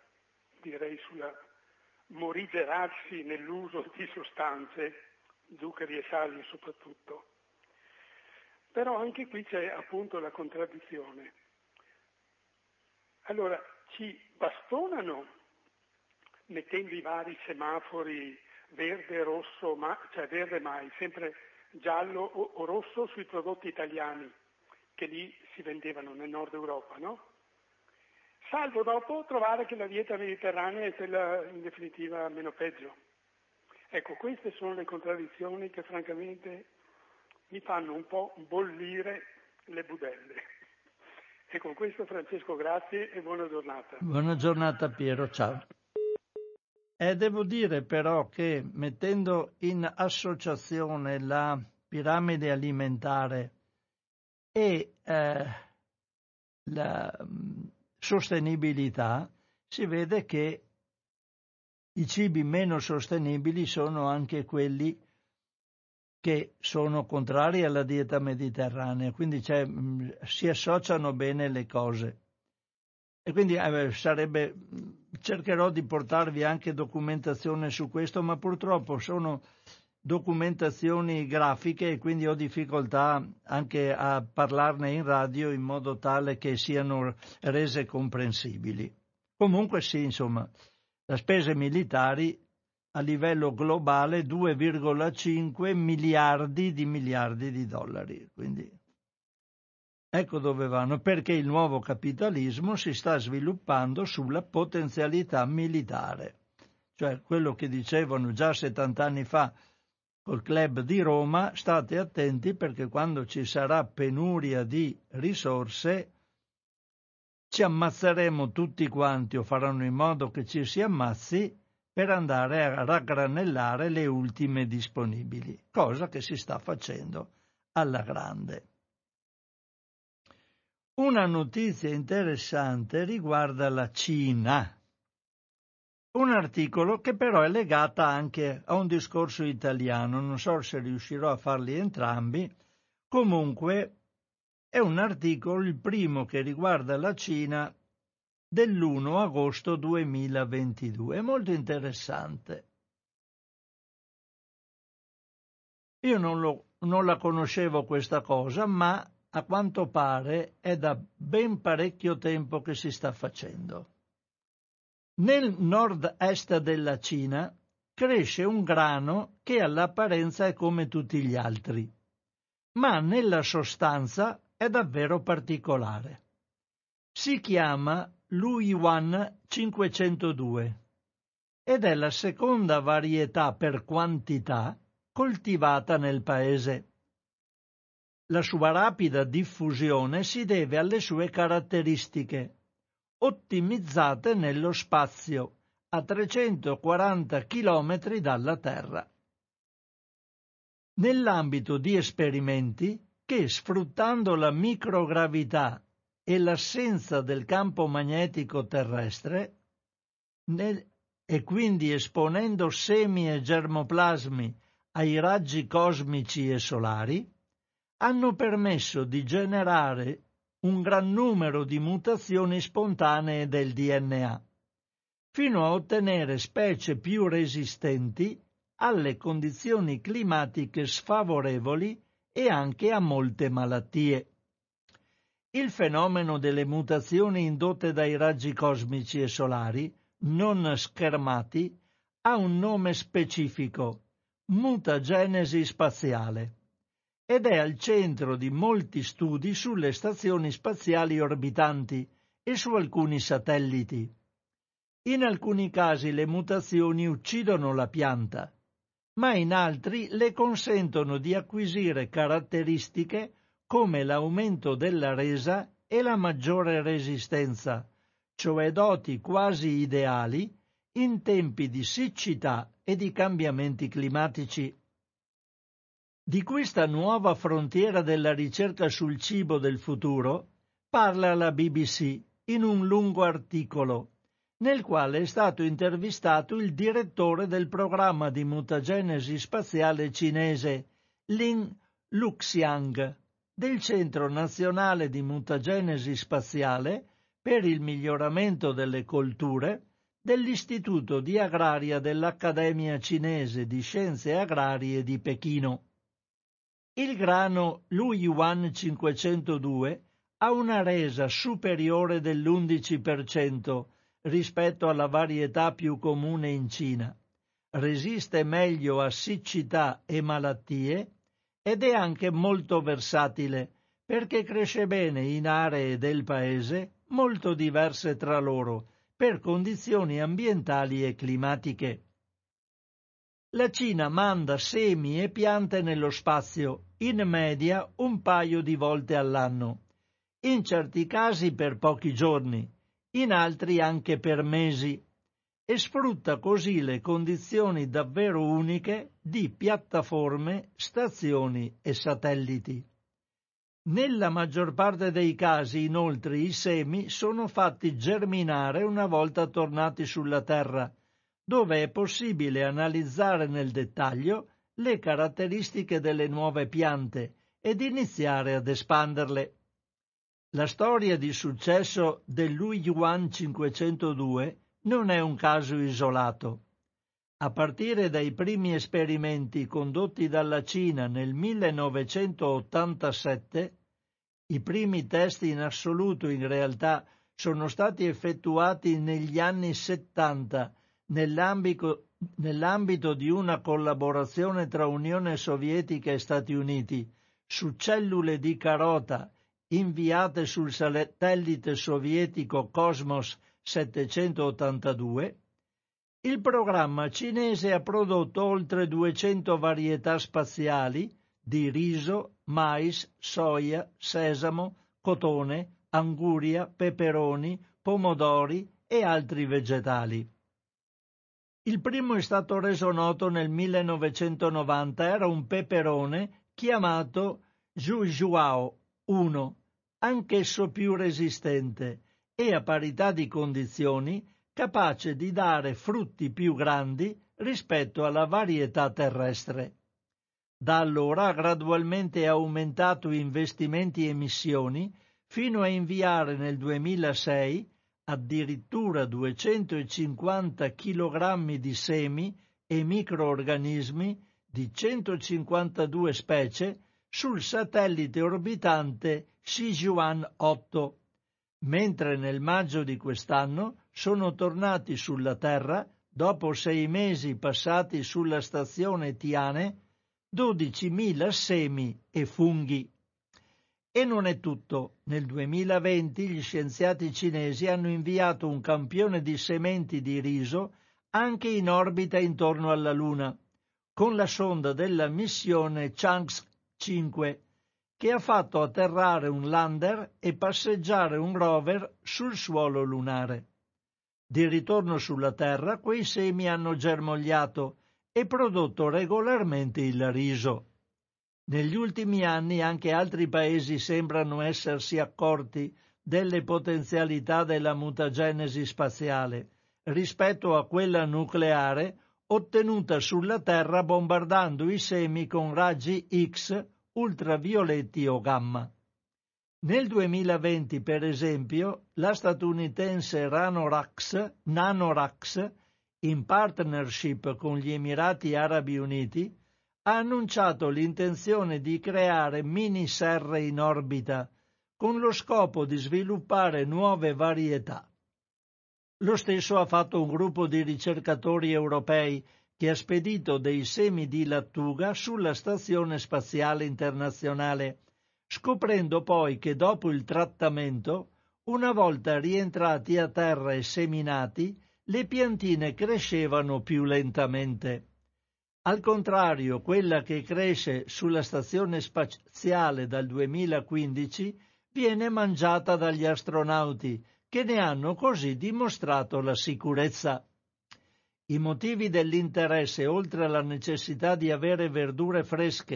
morigerarsi nell'uso di sostanze, zuccheri e sali soprattutto. Però anche qui c'è appunto la contraddizione. Allora, ci bastonano mettendo i vari semafori verde, rosso, cioè verde mai, sempre giallo o rosso sui prodotti italiani, che lì si vendevano nel nord Europa, no? Salvo dopo trovare che la dieta mediterranea è quella in definitiva meno peggio. Ecco, queste sono le contraddizioni che francamente mi fanno un po' bollire le budelle. E con questo Francesco grazie e buona giornata. Buona giornata Piero, ciao. Devo dire però che mettendo in associazione la piramide alimentare e la sostenibilità, si vede che i cibi meno sostenibili sono anche quelli che sono contrari alla dieta mediterranea, quindi si associano bene le cose. E quindi cercherò di portarvi anche documentazione su questo, ma purtroppo sono documentazioni grafiche e quindi ho difficoltà anche a parlarne in radio in modo tale che siano rese comprensibili. Comunque sì, insomma, le spese militari a livello globale 2,5 miliardi di dollari, quindi ecco dove vanno, perché il nuovo capitalismo si sta sviluppando sulla potenzialità militare, cioè quello che dicevano già 70 anni fa col club di Roma, state attenti perché quando ci sarà penuria di risorse ci ammazzeremo tutti quanti o faranno in modo che ci si ammazzi per andare a raggranellare le ultime disponibili, cosa che si sta facendo alla grande. Una notizia interessante riguarda la Cina. Un articolo che però è legata anche a un discorso italiano, non so se riuscirò a farli entrambi, comunque è un articolo, il primo che riguarda la Cina, dell'1 agosto 2022, è molto interessante. Io non la conoscevo questa cosa, ma a quanto pare è da ben parecchio tempo che si sta facendo. Nel nord-est della Cina cresce un grano che all'apparenza è come tutti gli altri, ma nella sostanza è davvero particolare. Si chiama Luiyuan 502 ed è la seconda varietà per quantità coltivata nel paese. La sua rapida diffusione si deve alle sue caratteristiche, ottimizzate nello spazio, a 340 km dalla Terra. Nell'ambito di esperimenti che, sfruttando la microgravità e l'assenza del campo magnetico terrestre, e quindi esponendo semi e germoplasmi ai raggi cosmici e solari, hanno permesso di generare un gran numero di mutazioni spontanee del DNA, fino a ottenere specie più resistenti alle condizioni climatiche sfavorevoli e anche a molte malattie. Il fenomeno delle mutazioni indotte dai raggi cosmici e solari, non schermati, ha un nome specifico, mutagenesi spaziale, ed è al centro di molti studi sulle stazioni spaziali orbitanti e su alcuni satelliti. In alcuni casi le mutazioni uccidono la pianta, ma in altri le consentono di acquisire caratteristiche come l'aumento della resa e la maggiore resistenza, cioè doti quasi ideali in tempi di siccità e di cambiamenti climatici. Di questa nuova frontiera della ricerca sul cibo del futuro parla la BBC in un lungo articolo, nel quale è stato intervistato il direttore del programma di mutagenesi spaziale cinese, Lin Luxiang, del Centro Nazionale di Mutagenesi Spaziale per il miglioramento delle colture dell'Istituto di Agraria dell'Accademia Cinese di Scienze Agrarie di Pechino. Il grano Luiyuan 502 ha una resa superiore dell'11% rispetto alla varietà più comune in Cina, resiste meglio a siccità e malattie ed è anche molto versatile perché cresce bene in aree del paese molto diverse tra loro per condizioni ambientali e climatiche. La Cina manda semi e piante nello spazio, in media un paio di volte all'anno, in certi casi per pochi giorni, in altri anche per mesi, e sfrutta così le condizioni davvero uniche di piattaforme, stazioni e satelliti. Nella maggior parte dei casi, inoltre, i semi sono fatti germinare una volta tornati sulla Terra, dove è possibile analizzare nel dettaglio le caratteristiche delle nuove piante ed iniziare ad espanderle. La storia di successo del Luiyuan 502 non è un caso isolato. A partire dai primi esperimenti condotti dalla Cina nel 1987, i primi test in assoluto in realtà sono stati effettuati negli anni 70 nell'ambito di una collaborazione tra Unione Sovietica e Stati Uniti su cellule di carota inviate sul satellite sovietico Cosmos 782, il programma cinese ha prodotto oltre 200 varietà spaziali di riso, mais, soia, sesamo, cotone, anguria, peperoni, pomodori e altri vegetali. Il primo è stato reso noto nel 1990, era un peperone chiamato Zhujiao 1, anch'esso più resistente e a parità di condizioni capace di dare frutti più grandi rispetto alla varietà terrestre. Da allora ha gradualmente aumentato investimenti e missioni fino a inviare nel 2006 addirittura 250 kg di semi e microorganismi di 152 specie sul satellite orbitante Shijuan 8, mentre nel maggio di quest'anno sono tornati sulla Terra, dopo 6 mesi passati sulla stazione Tiane, 12.000 semi e funghi. E non è tutto. Nel 2020 gli scienziati cinesi hanno inviato un campione di sementi di riso anche in orbita intorno alla Luna, con la sonda della missione Chang'e 5, che ha fatto atterrare un lander e passeggiare un rover sul suolo lunare. Di ritorno sulla Terra, quei semi hanno germogliato e prodotto regolarmente il riso. Negli ultimi anni anche altri paesi sembrano essersi accorti delle potenzialità della mutagenesi spaziale rispetto a quella nucleare ottenuta sulla Terra bombardando i semi con raggi X, ultravioletti o gamma. Nel 2020, per esempio, la statunitense Nanoracks, in partnership con gli Emirati Arabi Uniti, ha annunciato l'intenzione di creare mini serre in orbita, con lo scopo di sviluppare nuove varietà. Lo stesso ha fatto un gruppo di ricercatori europei che ha spedito dei semi di lattuga sulla Stazione Spaziale Internazionale, scoprendo poi che dopo il trattamento, una volta rientrati a terra e seminati, le piantine crescevano più lentamente. Al contrario, quella che cresce sulla Stazione Spaziale dal 2015 viene mangiata dagli astronauti, che ne hanno così dimostrato la sicurezza. I motivi dell'interesse, oltre alla necessità di avere verdure fresche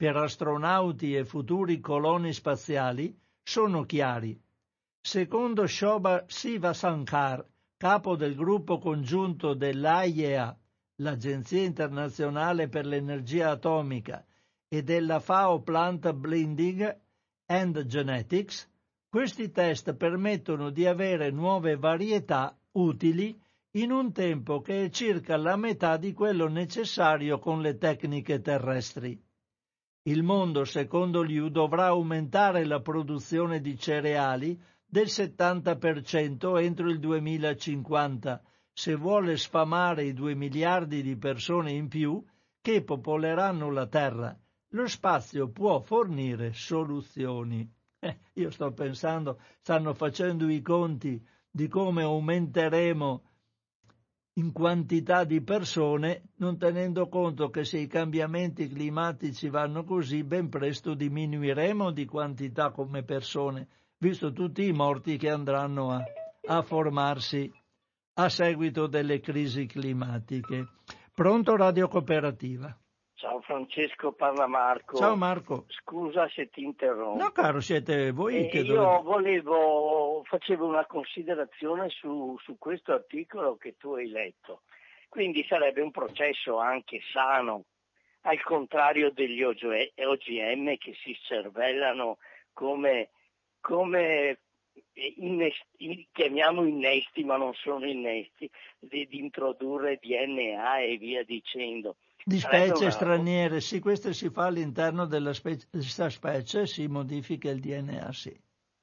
per astronauti e futuri coloni spaziali sono chiari. Secondo Shobha Sivasankar, capo del gruppo congiunto dell'AIEA, l'Agenzia internazionale per l'energia atomica, e della FAO Plant Blending and Genetics, questi test permettono di avere nuove varietà utili in un tempo che è circa la metà di quello necessario con le tecniche terrestri. Il mondo, secondo l'IU, dovrà aumentare la produzione di cereali del 70% entro il 2050, se vuole sfamare i 2 miliardi di persone in più che popoleranno la Terra. Lo spazio può fornire soluzioni. Io sto pensando, stanno facendo i conti di come aumenteremo in quantità di persone, non tenendo conto che se i cambiamenti climatici vanno così, ben presto diminuiremo di quantità come persone, visto tutti i morti che andranno a formarsi a seguito delle crisi climatiche. Pronto, Radio Cooperativa? Ciao Francesco, parla Marco. Ciao Marco. Scusa se ti interrompo. No caro, siete voi che facevo una considerazione su questo articolo che tu hai letto. Quindi sarebbe un processo anche sano, al contrario degli OGM che si cervellano come chiamiamo innesti, ma non sono innesti, di introdurre DNA e via dicendo. Di specie straniere, sì, questo si fa all'interno della stessa specie, si modifica il DNA, sì.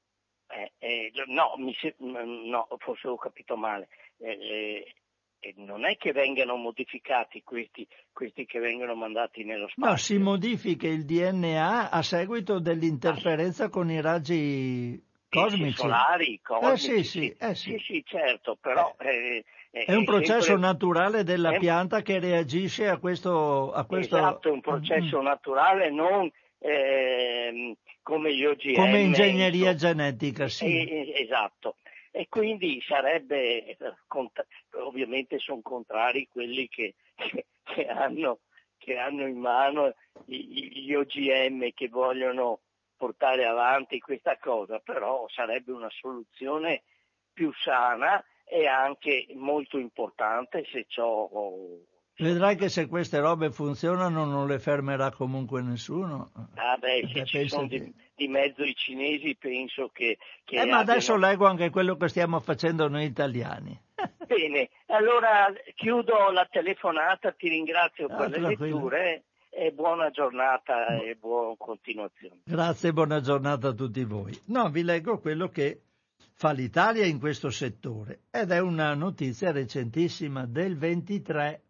No, forse ho capito male. Non è che vengano modificati questi che vengono mandati nello spazio. No, si modifica il DNA a seguito dell'interferenza con i raggi cosmici. Solari, cosmici. Sì, certo, però... È un processo naturale della pianta che reagisce a questo... Esatto, è un processo naturale, non come gli OGM. Come ingegneria genetica, sì. Esatto. E quindi sarebbe, ovviamente sono contrari quelli che hanno in mano gli OGM, che vogliono portare avanti questa cosa, però sarebbe una soluzione più sana e anche molto importante se ciò... Vedrai che se queste robe funzionano non le fermerà comunque nessuno. Se ci sono di mezzo i cinesi, penso che ma adesso leggo anche quello che stiamo facendo noi italiani. Bene, allora chiudo la telefonata, ti ringrazio per le letture e buona giornata e buona continuazione. Grazie e buona giornata a tutti voi. No, vi leggo quello che fa l'Italia in questo settore ed è una notizia recentissima del 23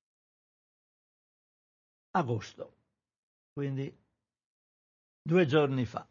agosto, quindi 2 giorni fa.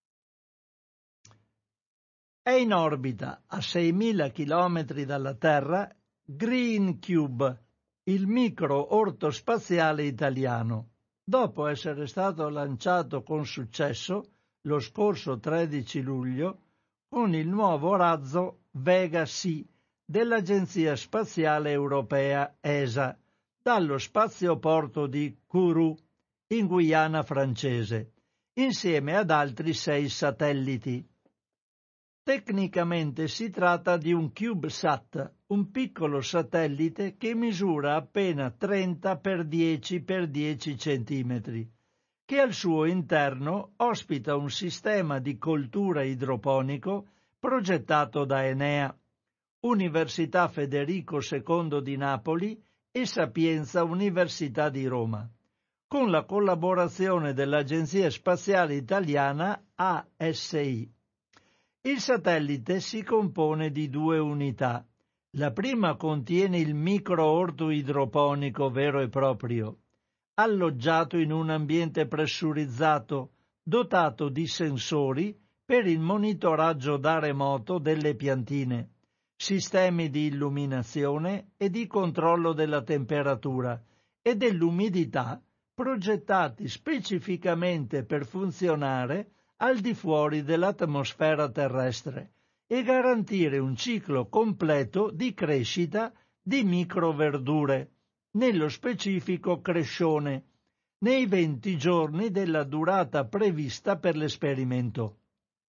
È in orbita a 6.000 chilometri dalla Terra Green Cube, il micro orto spaziale italiano, dopo essere stato lanciato con successo lo scorso 13 luglio con il nuovo razzo Vega C dell'Agenzia Spaziale Europea ESA dallo spazioporto di Kourou in Guyana francese, insieme ad altri 6 satelliti. Tecnicamente si tratta di un CubeSat, un piccolo satellite che misura appena 30 x 10 x 10 centimetri, che al suo interno ospita un sistema di coltura idroponico progettato da Enea, Università Federico II di Napoli e Sapienza Università di Roma, con la collaborazione dell'Agenzia Spaziale Italiana ASI. Il satellite si compone di 2 unità. La prima contiene il microorto idroponico vero e proprio, alloggiato in un ambiente pressurizzato, dotato di sensori per il monitoraggio da remoto delle piantine, sistemi di illuminazione e di controllo della temperatura e dell'umidità progettati specificamente per funzionare al di fuori dell'atmosfera terrestre e garantire un ciclo completo di crescita di microverdure, nello specifico crescione, nei 20 giorni della durata prevista per l'esperimento.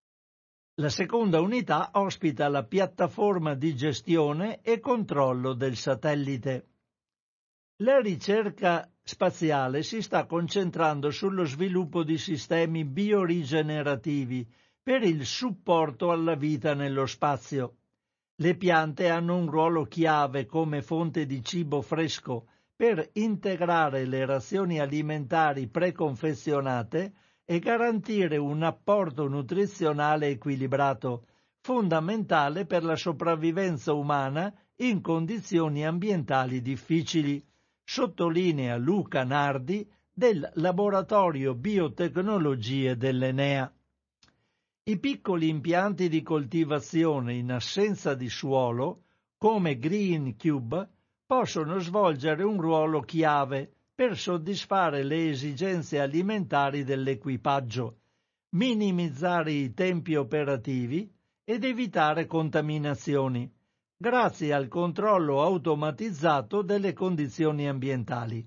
La seconda unità ospita la piattaforma di gestione e controllo del satellite. La ricerca spaziale si sta concentrando sullo sviluppo di sistemi biorigenerativi per il supporto alla vita nello spazio. Le piante hanno un ruolo chiave come fonte di cibo fresco per integrare le razioni alimentari preconfezionate e garantire un apporto nutrizionale equilibrato, fondamentale per la sopravvivenza umana in condizioni ambientali difficili, sottolinea Luca Nardi del Laboratorio Biotecnologie dell'Enea. I piccoli impianti di coltivazione in assenza di suolo, come Green Cube, possono svolgere un ruolo chiave per soddisfare le esigenze alimentari dell'equipaggio, minimizzare i tempi operativi ed evitare contaminazioni, grazie al controllo automatizzato delle condizioni ambientali.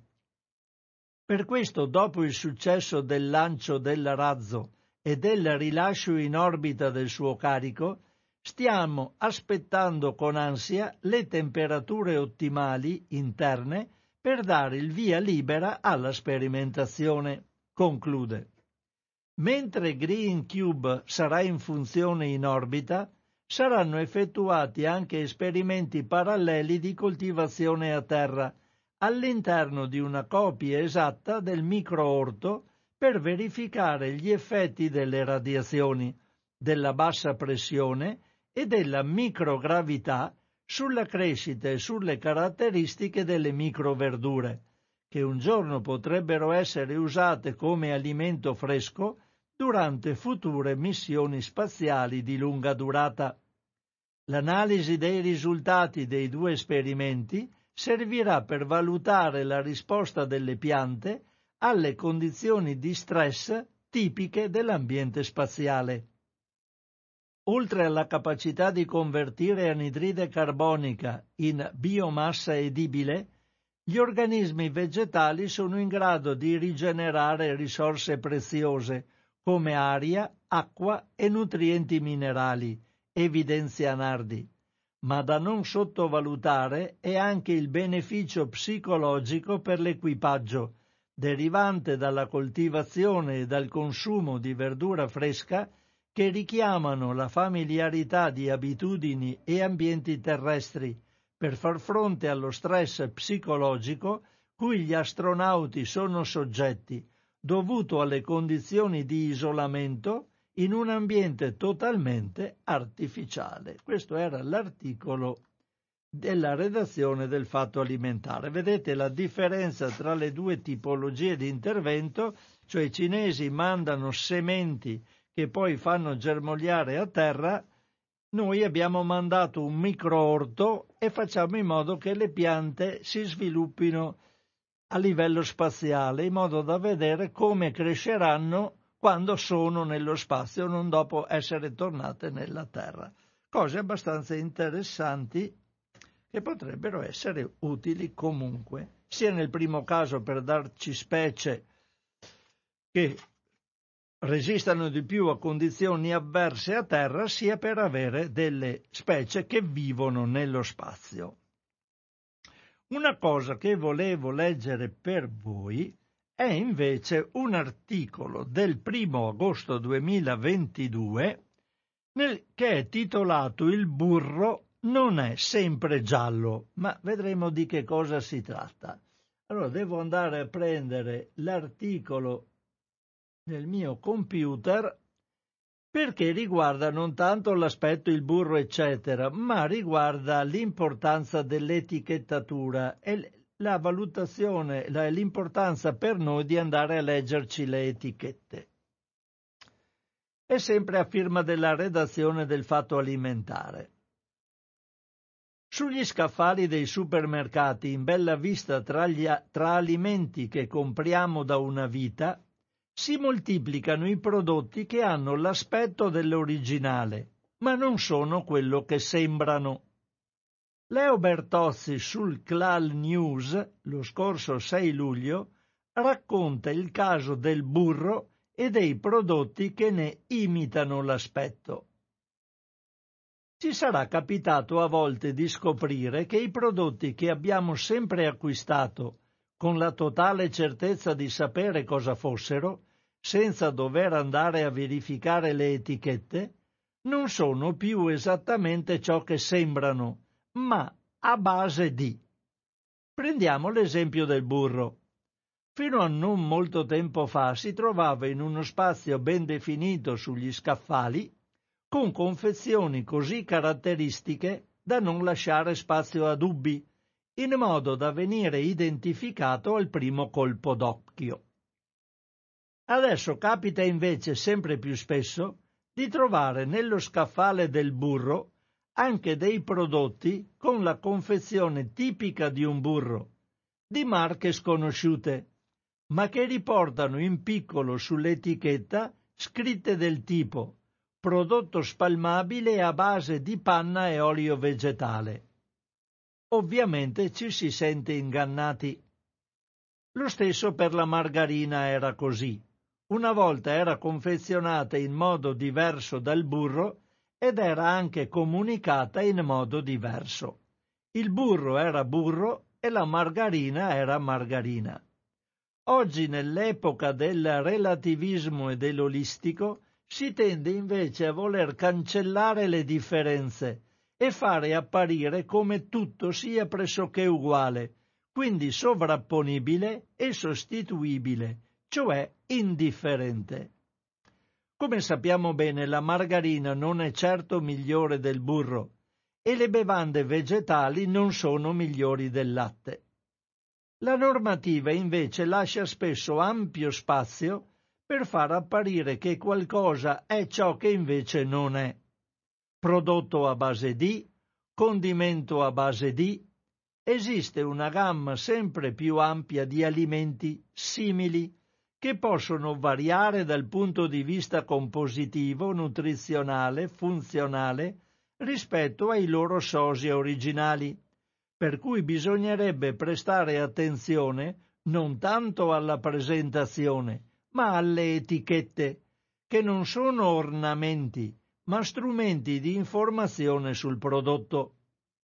Per questo, dopo il successo del lancio del razzo e del rilascio in orbita del suo carico, stiamo aspettando con ansia le temperature ottimali interne per dare il via libera alla sperimentazione, conclude. Mentre Green Cube sarà in funzione in orbita, saranno effettuati anche esperimenti paralleli di coltivazione a terra, all'interno di una copia esatta del microorto per verificare gli effetti delle radiazioni, della bassa pressione e della microgravità sulla crescita e sulle caratteristiche delle microverdure, che un giorno potrebbero essere usate come alimento fresco durante future missioni spaziali di lunga durata. L'analisi dei risultati dei due esperimenti servirà per valutare la risposta delle piante alle condizioni di stress tipiche dell'ambiente spaziale. Oltre alla capacità di convertire anidride carbonica in biomassa edibile, gli organismi vegetali sono in grado di rigenerare risorse preziose come aria, acqua e nutrienti minerali, evidenzia Nardi. Ma da non sottovalutare è anche il beneficio psicologico per l'equipaggio, derivante dalla coltivazione e dal consumo di verdura fresca che richiamano la familiarità di abitudini e ambienti terrestri per far fronte allo stress psicologico cui gli astronauti sono soggetti, dovuto alle condizioni di isolamento in un ambiente totalmente artificiale. Questo era l'articolo della redazione del Fatto Alimentare. Vedete la differenza tra le due tipologie di intervento, cioè i cinesi mandano sementi che poi fanno germogliare a terra, noi abbiamo mandato un microorto e facciamo in modo che le piante si sviluppino a livello spaziale, in modo da vedere come cresceranno quando sono nello spazio, non dopo essere tornate nella Terra. Cose abbastanza interessanti che potrebbero essere utili comunque, sia nel primo caso per darci specie che resistano di più a condizioni avverse a terra, sia per avere delle specie che vivono nello spazio. Una cosa che volevo leggere per voi è invece un articolo del 1 agosto 2022 che è titolato "Il burro non è sempre giallo", ma vedremo di che cosa si tratta. Allora devo andare a prendere l'articolo nel mio computer, perché riguarda non tanto l'aspetto il burro eccetera, ma riguarda l'importanza dell'etichettatura e la valutazione, l'importanza per noi di andare a leggerci le etichette. È sempre a firma della redazione del Fatto Alimentare. Sugli scaffali dei supermercati, in bella vista tra alimenti che compriamo da una vita, si moltiplicano i prodotti che hanno l'aspetto dell'originale, ma non sono quello che sembrano. Leo Bertozzi sul CLAL News, lo scorso 6 luglio, racconta il caso del burro e dei prodotti che ne imitano l'aspetto. Ci sarà capitato a volte di scoprire che i prodotti che abbiamo sempre acquistato con la totale certezza di sapere cosa fossero, senza dover andare a verificare le etichette, non sono più esattamente ciò che sembrano, ma a base di. Prendiamo l'esempio del burro. Fino a non molto tempo fa si trovava in uno spazio ben definito sugli scaffali, con confezioni così caratteristiche da non lasciare spazio a dubbi, in modo da venire identificato al primo colpo d'occhio. Adesso capita invece sempre più spesso di trovare nello scaffale del burro anche dei prodotti con la confezione tipica di un burro, di marche sconosciute, ma che riportano in piccolo sull'etichetta scritte del tipo prodotto spalmabile a base di panna e olio vegetale. Ovviamente ci si sente ingannati. Lo stesso per la margarina era così. Una volta era confezionata in modo diverso dal burro ed era anche comunicata in modo diverso. Il burro era burro e la margarina era margarina. Oggi, nell'epoca del relativismo e dell'olistico, si tende invece a voler cancellare le differenze e fare apparire come tutto sia pressoché uguale, quindi sovrapponibile e sostituibile, cioè indifferente. Come sappiamo bene, la margarina non è certo migliore del burro e le bevande vegetali non sono migliori del latte. La normativa invece lascia spesso ampio spazio per far apparire che qualcosa è ciò che invece non è. Prodotto a base di, condimento a base di, esiste una gamma sempre più ampia di alimenti simili che possono variare dal punto di vista compositivo, nutrizionale, funzionale rispetto ai loro sosia originali, per cui bisognerebbe prestare attenzione non tanto alla presentazione, ma alle etichette, che non sono ornamenti, ma strumenti di informazione sul prodotto.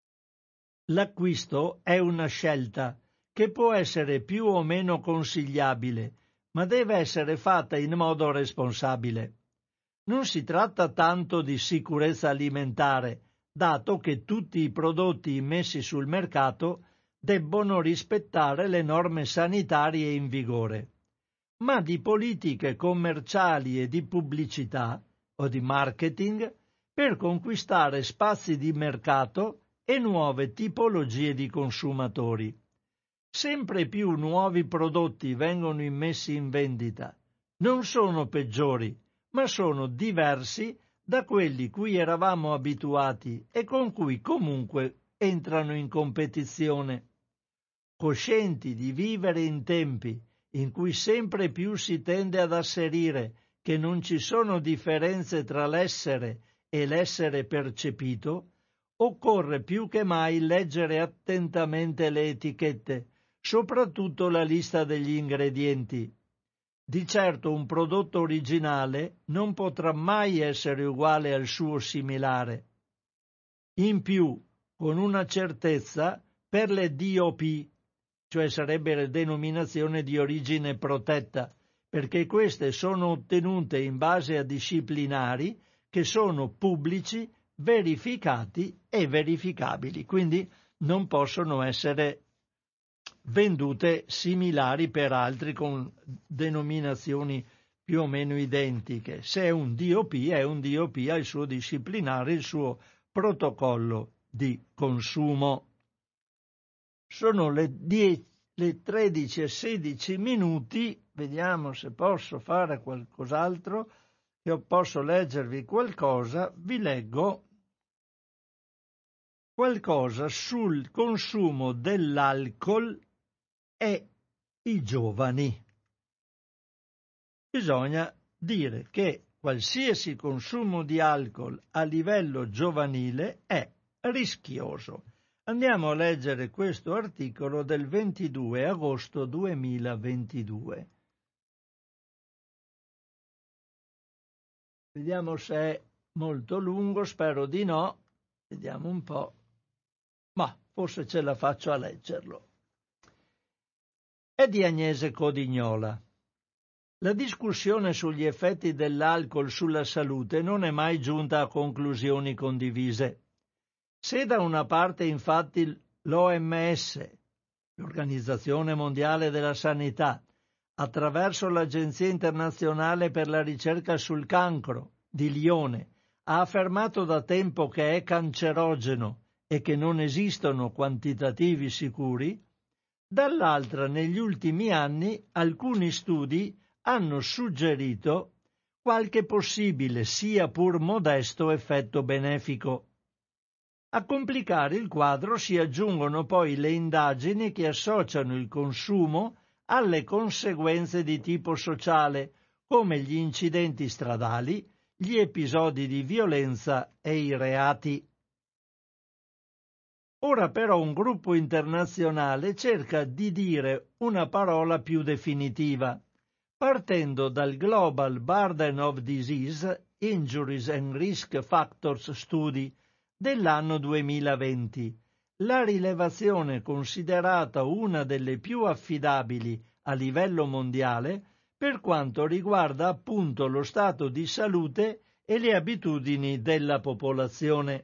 L'acquisto è una scelta che può essere più o meno consigliabile, ma deve essere fatta in modo responsabile. Non si tratta tanto di sicurezza alimentare, dato che tutti i prodotti immessi sul mercato debbono rispettare le norme sanitarie in vigore, ma di politiche commerciali e di pubblicità o di marketing per conquistare spazi di mercato e nuove tipologie di consumatori. Sempre più nuovi prodotti vengono immessi in vendita. Non sono peggiori, ma sono diversi da quelli cui eravamo abituati e con cui comunque entrano in competizione. Coscienti di vivere in tempi in cui sempre più si tende ad asserire che non ci sono differenze tra l'essere e l'essere percepito, occorre più che mai leggere attentamente le etichette, soprattutto la lista degli ingredienti. Di certo un prodotto originale non potrà mai essere uguale al suo similare. In più, con una certezza, per le DOP, cioè sarebbe la denominazione di origine protetta, perché queste sono ottenute in base a disciplinari che sono pubblici, verificati e verificabili, quindi non possono essere vendute similari per altri con denominazioni più o meno identiche. Se è un DOP, è un DOP, ha il suo disciplinare, il suo protocollo di consumo. Sono le 13:16, vediamo se posso fare qualcos'altro, che posso leggervi qualcosa, vi leggo qualcosa sul consumo dell'alcol e i giovani. Bisogna dire che qualsiasi consumo di alcol a livello giovanile è rischioso, Andiamo a leggere questo articolo del 22 agosto 2022. Vediamo se è molto lungo, spero di no. Vediamo un po'. Ma forse ce la faccio a leggerlo. È di Agnese Codignola. La discussione sugli effetti dell'alcol sulla salute non è mai giunta a conclusioni condivise. Se da una parte infatti l'OMS, l'Organizzazione Mondiale della Sanità, attraverso l'Agenzia Internazionale per la Ricerca sul Cancro di Lione, ha affermato da tempo che è cancerogeno e che non esistono quantitativi sicuri, dall'altra negli ultimi anni alcuni studi hanno suggerito qualche possibile, sia pur modesto, effetto benefico. A complicare il quadro si aggiungono poi le indagini che associano il consumo alle conseguenze di tipo sociale, come gli incidenti stradali, gli episodi di violenza e i reati. Ora però un gruppo internazionale cerca di dire una parola più definitiva, partendo dal Global Burden of Disease, Injuries and Risk Factors Study dell'anno 2020, la rilevazione considerata una delle più affidabili a livello mondiale per quanto riguarda appunto lo stato di salute e le abitudini della popolazione.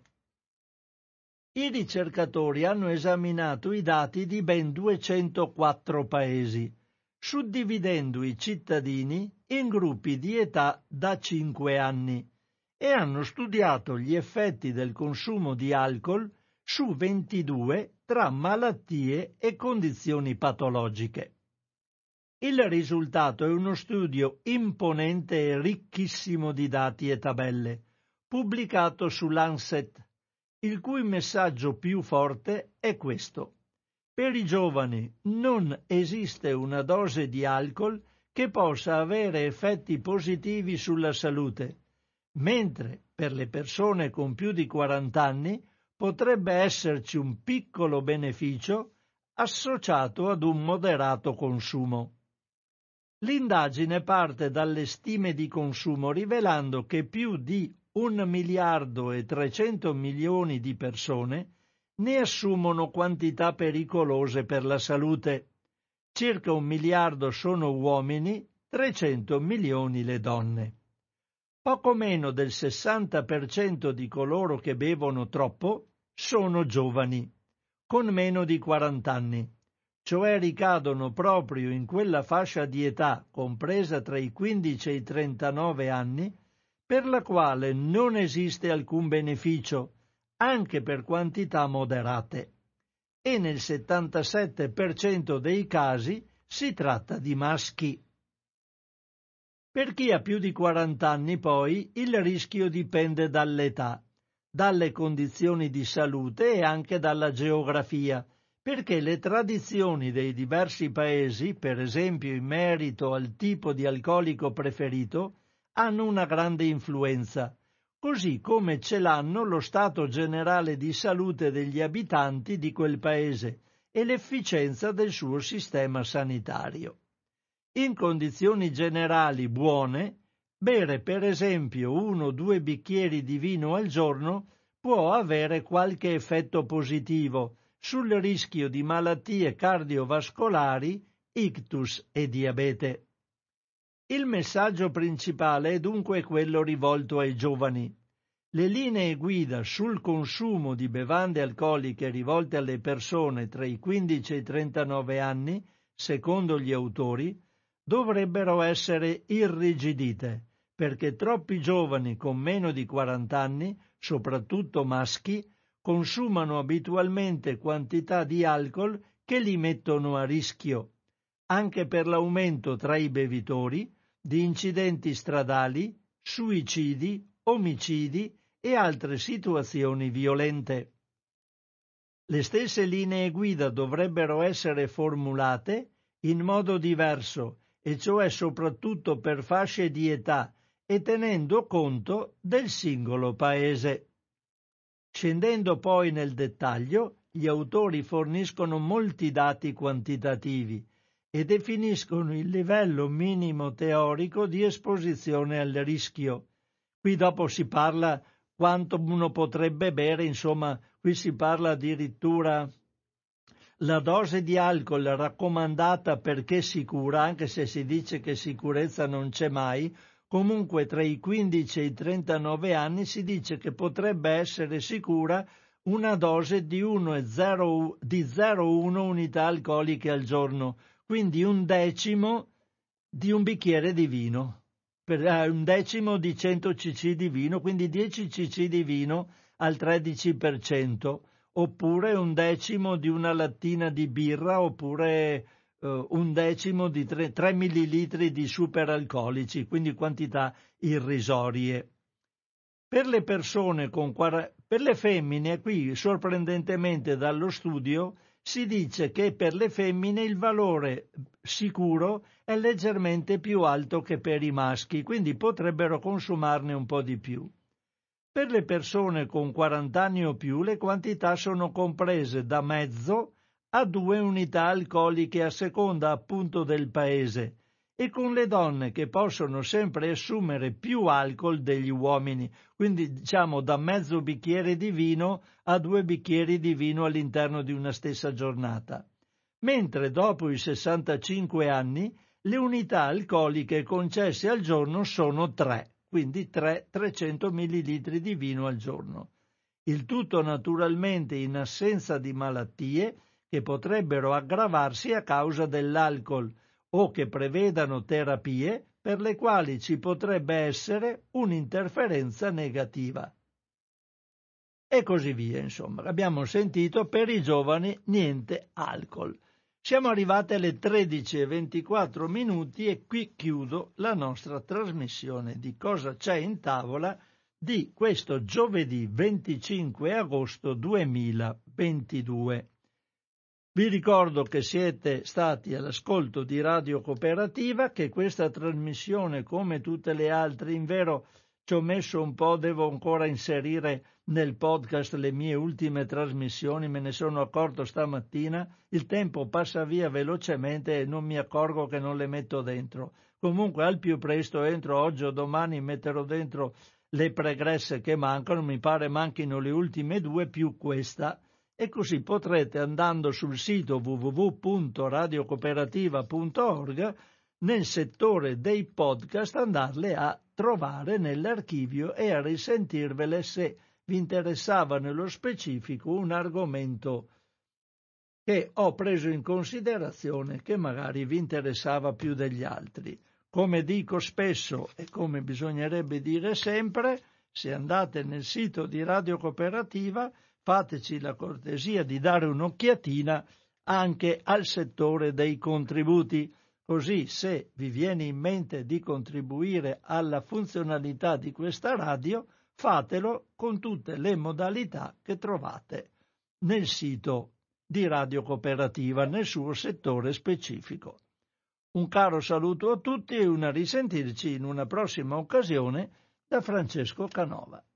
I ricercatori hanno esaminato i dati di ben 204 paesi, suddividendo i cittadini in gruppi di età da 5 anni e hanno studiato gli effetti del consumo di alcol su 22 tra malattie e condizioni patologiche. Il risultato è uno studio imponente e ricchissimo di dati e tabelle, pubblicato su Lancet, il cui messaggio più forte è questo. Per i giovani non esiste una dose di alcol che possa avere effetti positivi sulla salute, mentre per le persone con più di 40 anni potrebbe esserci un piccolo beneficio associato ad un moderato consumo. L'indagine parte dalle stime di consumo rivelando che più di 1 miliardo e 300 milioni di persone ne assumono quantità pericolose per la salute. Circa 1 miliardo sono uomini, 300 milioni le donne. Poco meno del 60% di coloro che bevono troppo sono giovani, con meno di 40 anni, cioè ricadono proprio in quella fascia di età compresa tra i 15 e i 39 anni, per la quale non esiste alcun beneficio, anche per quantità moderate, e nel 77% dei casi si tratta di maschi. Per chi ha più di 40 anni poi il rischio dipende dall'età, dalle condizioni di salute e anche dalla geografia, perché le tradizioni dei diversi paesi, per esempio in merito al tipo di alcolico preferito, hanno una grande influenza, così come ce l'hanno lo stato generale di salute degli abitanti di quel paese e l'efficienza del suo sistema sanitario. In condizioni generali buone, bere per esempio 1 o 2 bicchieri di vino al giorno può avere qualche effetto positivo sul rischio di malattie cardiovascolari, ictus e diabete. Il messaggio principale è dunque quello rivolto ai giovani. Le linee guida sul consumo di bevande alcoliche rivolte alle persone tra i 15 e i 39 anni, secondo gli autori, dovrebbero essere irrigidite, perché troppi giovani con meno di 40 anni, soprattutto maschi, consumano abitualmente quantità di alcol che li mettono a rischio, anche per l'aumento tra i bevitori di incidenti stradali, suicidi, omicidi e altre situazioni violente. Le stesse linee guida dovrebbero essere formulate in modo diverso, e cioè soprattutto per fasce di età e tenendo conto del singolo paese. Scendendo poi nel dettaglio, gli autori forniscono molti dati quantitativi e definiscono il livello minimo teorico di esposizione al rischio. Qui dopo si parla quanto uno potrebbe bere, insomma, qui si parla addirittura la dose di alcol raccomandata perché sicura, anche se si dice che sicurezza non c'è mai, comunque tra i 15 e i 39 anni si dice che potrebbe essere sicura una dose di 0,1 unità alcoliche al giorno, quindi un decimo di un bicchiere di vino, un decimo di 100 cc di vino, quindi 10 cc di vino al 13%, oppure un decimo di una lattina di birra, oppure un decimo di 3 millilitri di superalcolici, quindi quantità irrisorie. Per le persone per le femmine, qui sorprendentemente dallo studio, si dice che per le femmine il valore sicuro è leggermente più alto che per i maschi, quindi potrebbero consumarne un po' di più. Per le persone con 40 anni o più le quantità sono comprese da mezzo a 2 unità alcoliche a seconda appunto del paese, e con le donne che possono sempre assumere più alcol degli uomini, quindi diciamo da mezzo bicchiere di vino a 2 bicchieri di vino all'interno di una stessa giornata. Mentre dopo i 65 anni le unità alcoliche concesse al giorno sono 3, quindi 300 millilitri di vino al giorno. Il tutto naturalmente in assenza di malattie che potrebbero aggravarsi a causa dell'alcol, o che prevedano terapie per le quali ci potrebbe essere un'interferenza negativa. E così via, insomma. Abbiamo sentito per i giovani niente alcol. Siamo arrivati alle 13:24 e qui chiudo la nostra trasmissione di Cosa c'è in tavola di questo giovedì 25 agosto 2022. Vi ricordo che siete stati all'ascolto di Radio Cooperativa, che questa trasmissione, come tutte le altre, invero ci ho messo un po', devo ancora inserire nel podcast le mie ultime trasmissioni, me ne sono accorto stamattina, il tempo passa via velocemente e non mi accorgo che non le metto dentro. Comunque al più presto, entro oggi o domani, metterò dentro le pregresse che mancano, mi pare manchino le ultime 2 più questa, e così potrete, andando sul sito www.radiocooperativa.org, nel settore dei podcast, andarle a trovare nell'archivio e a risentirvele se vi interessava nello specifico un argomento che ho preso in considerazione, che magari vi interessava più degli altri. Come dico spesso e come bisognerebbe dire sempre, se andate nel sito di Radio Cooperativa, fateci la cortesia di dare un'occhiatina anche al settore dei contributi, così se vi viene in mente di contribuire alla funzionalità di questa radio, fatelo con tutte le modalità che trovate nel sito di Radio Cooperativa, nel suo settore specifico. Un caro saluto a tutti e una risentirci in una prossima occasione da Francesco Canova.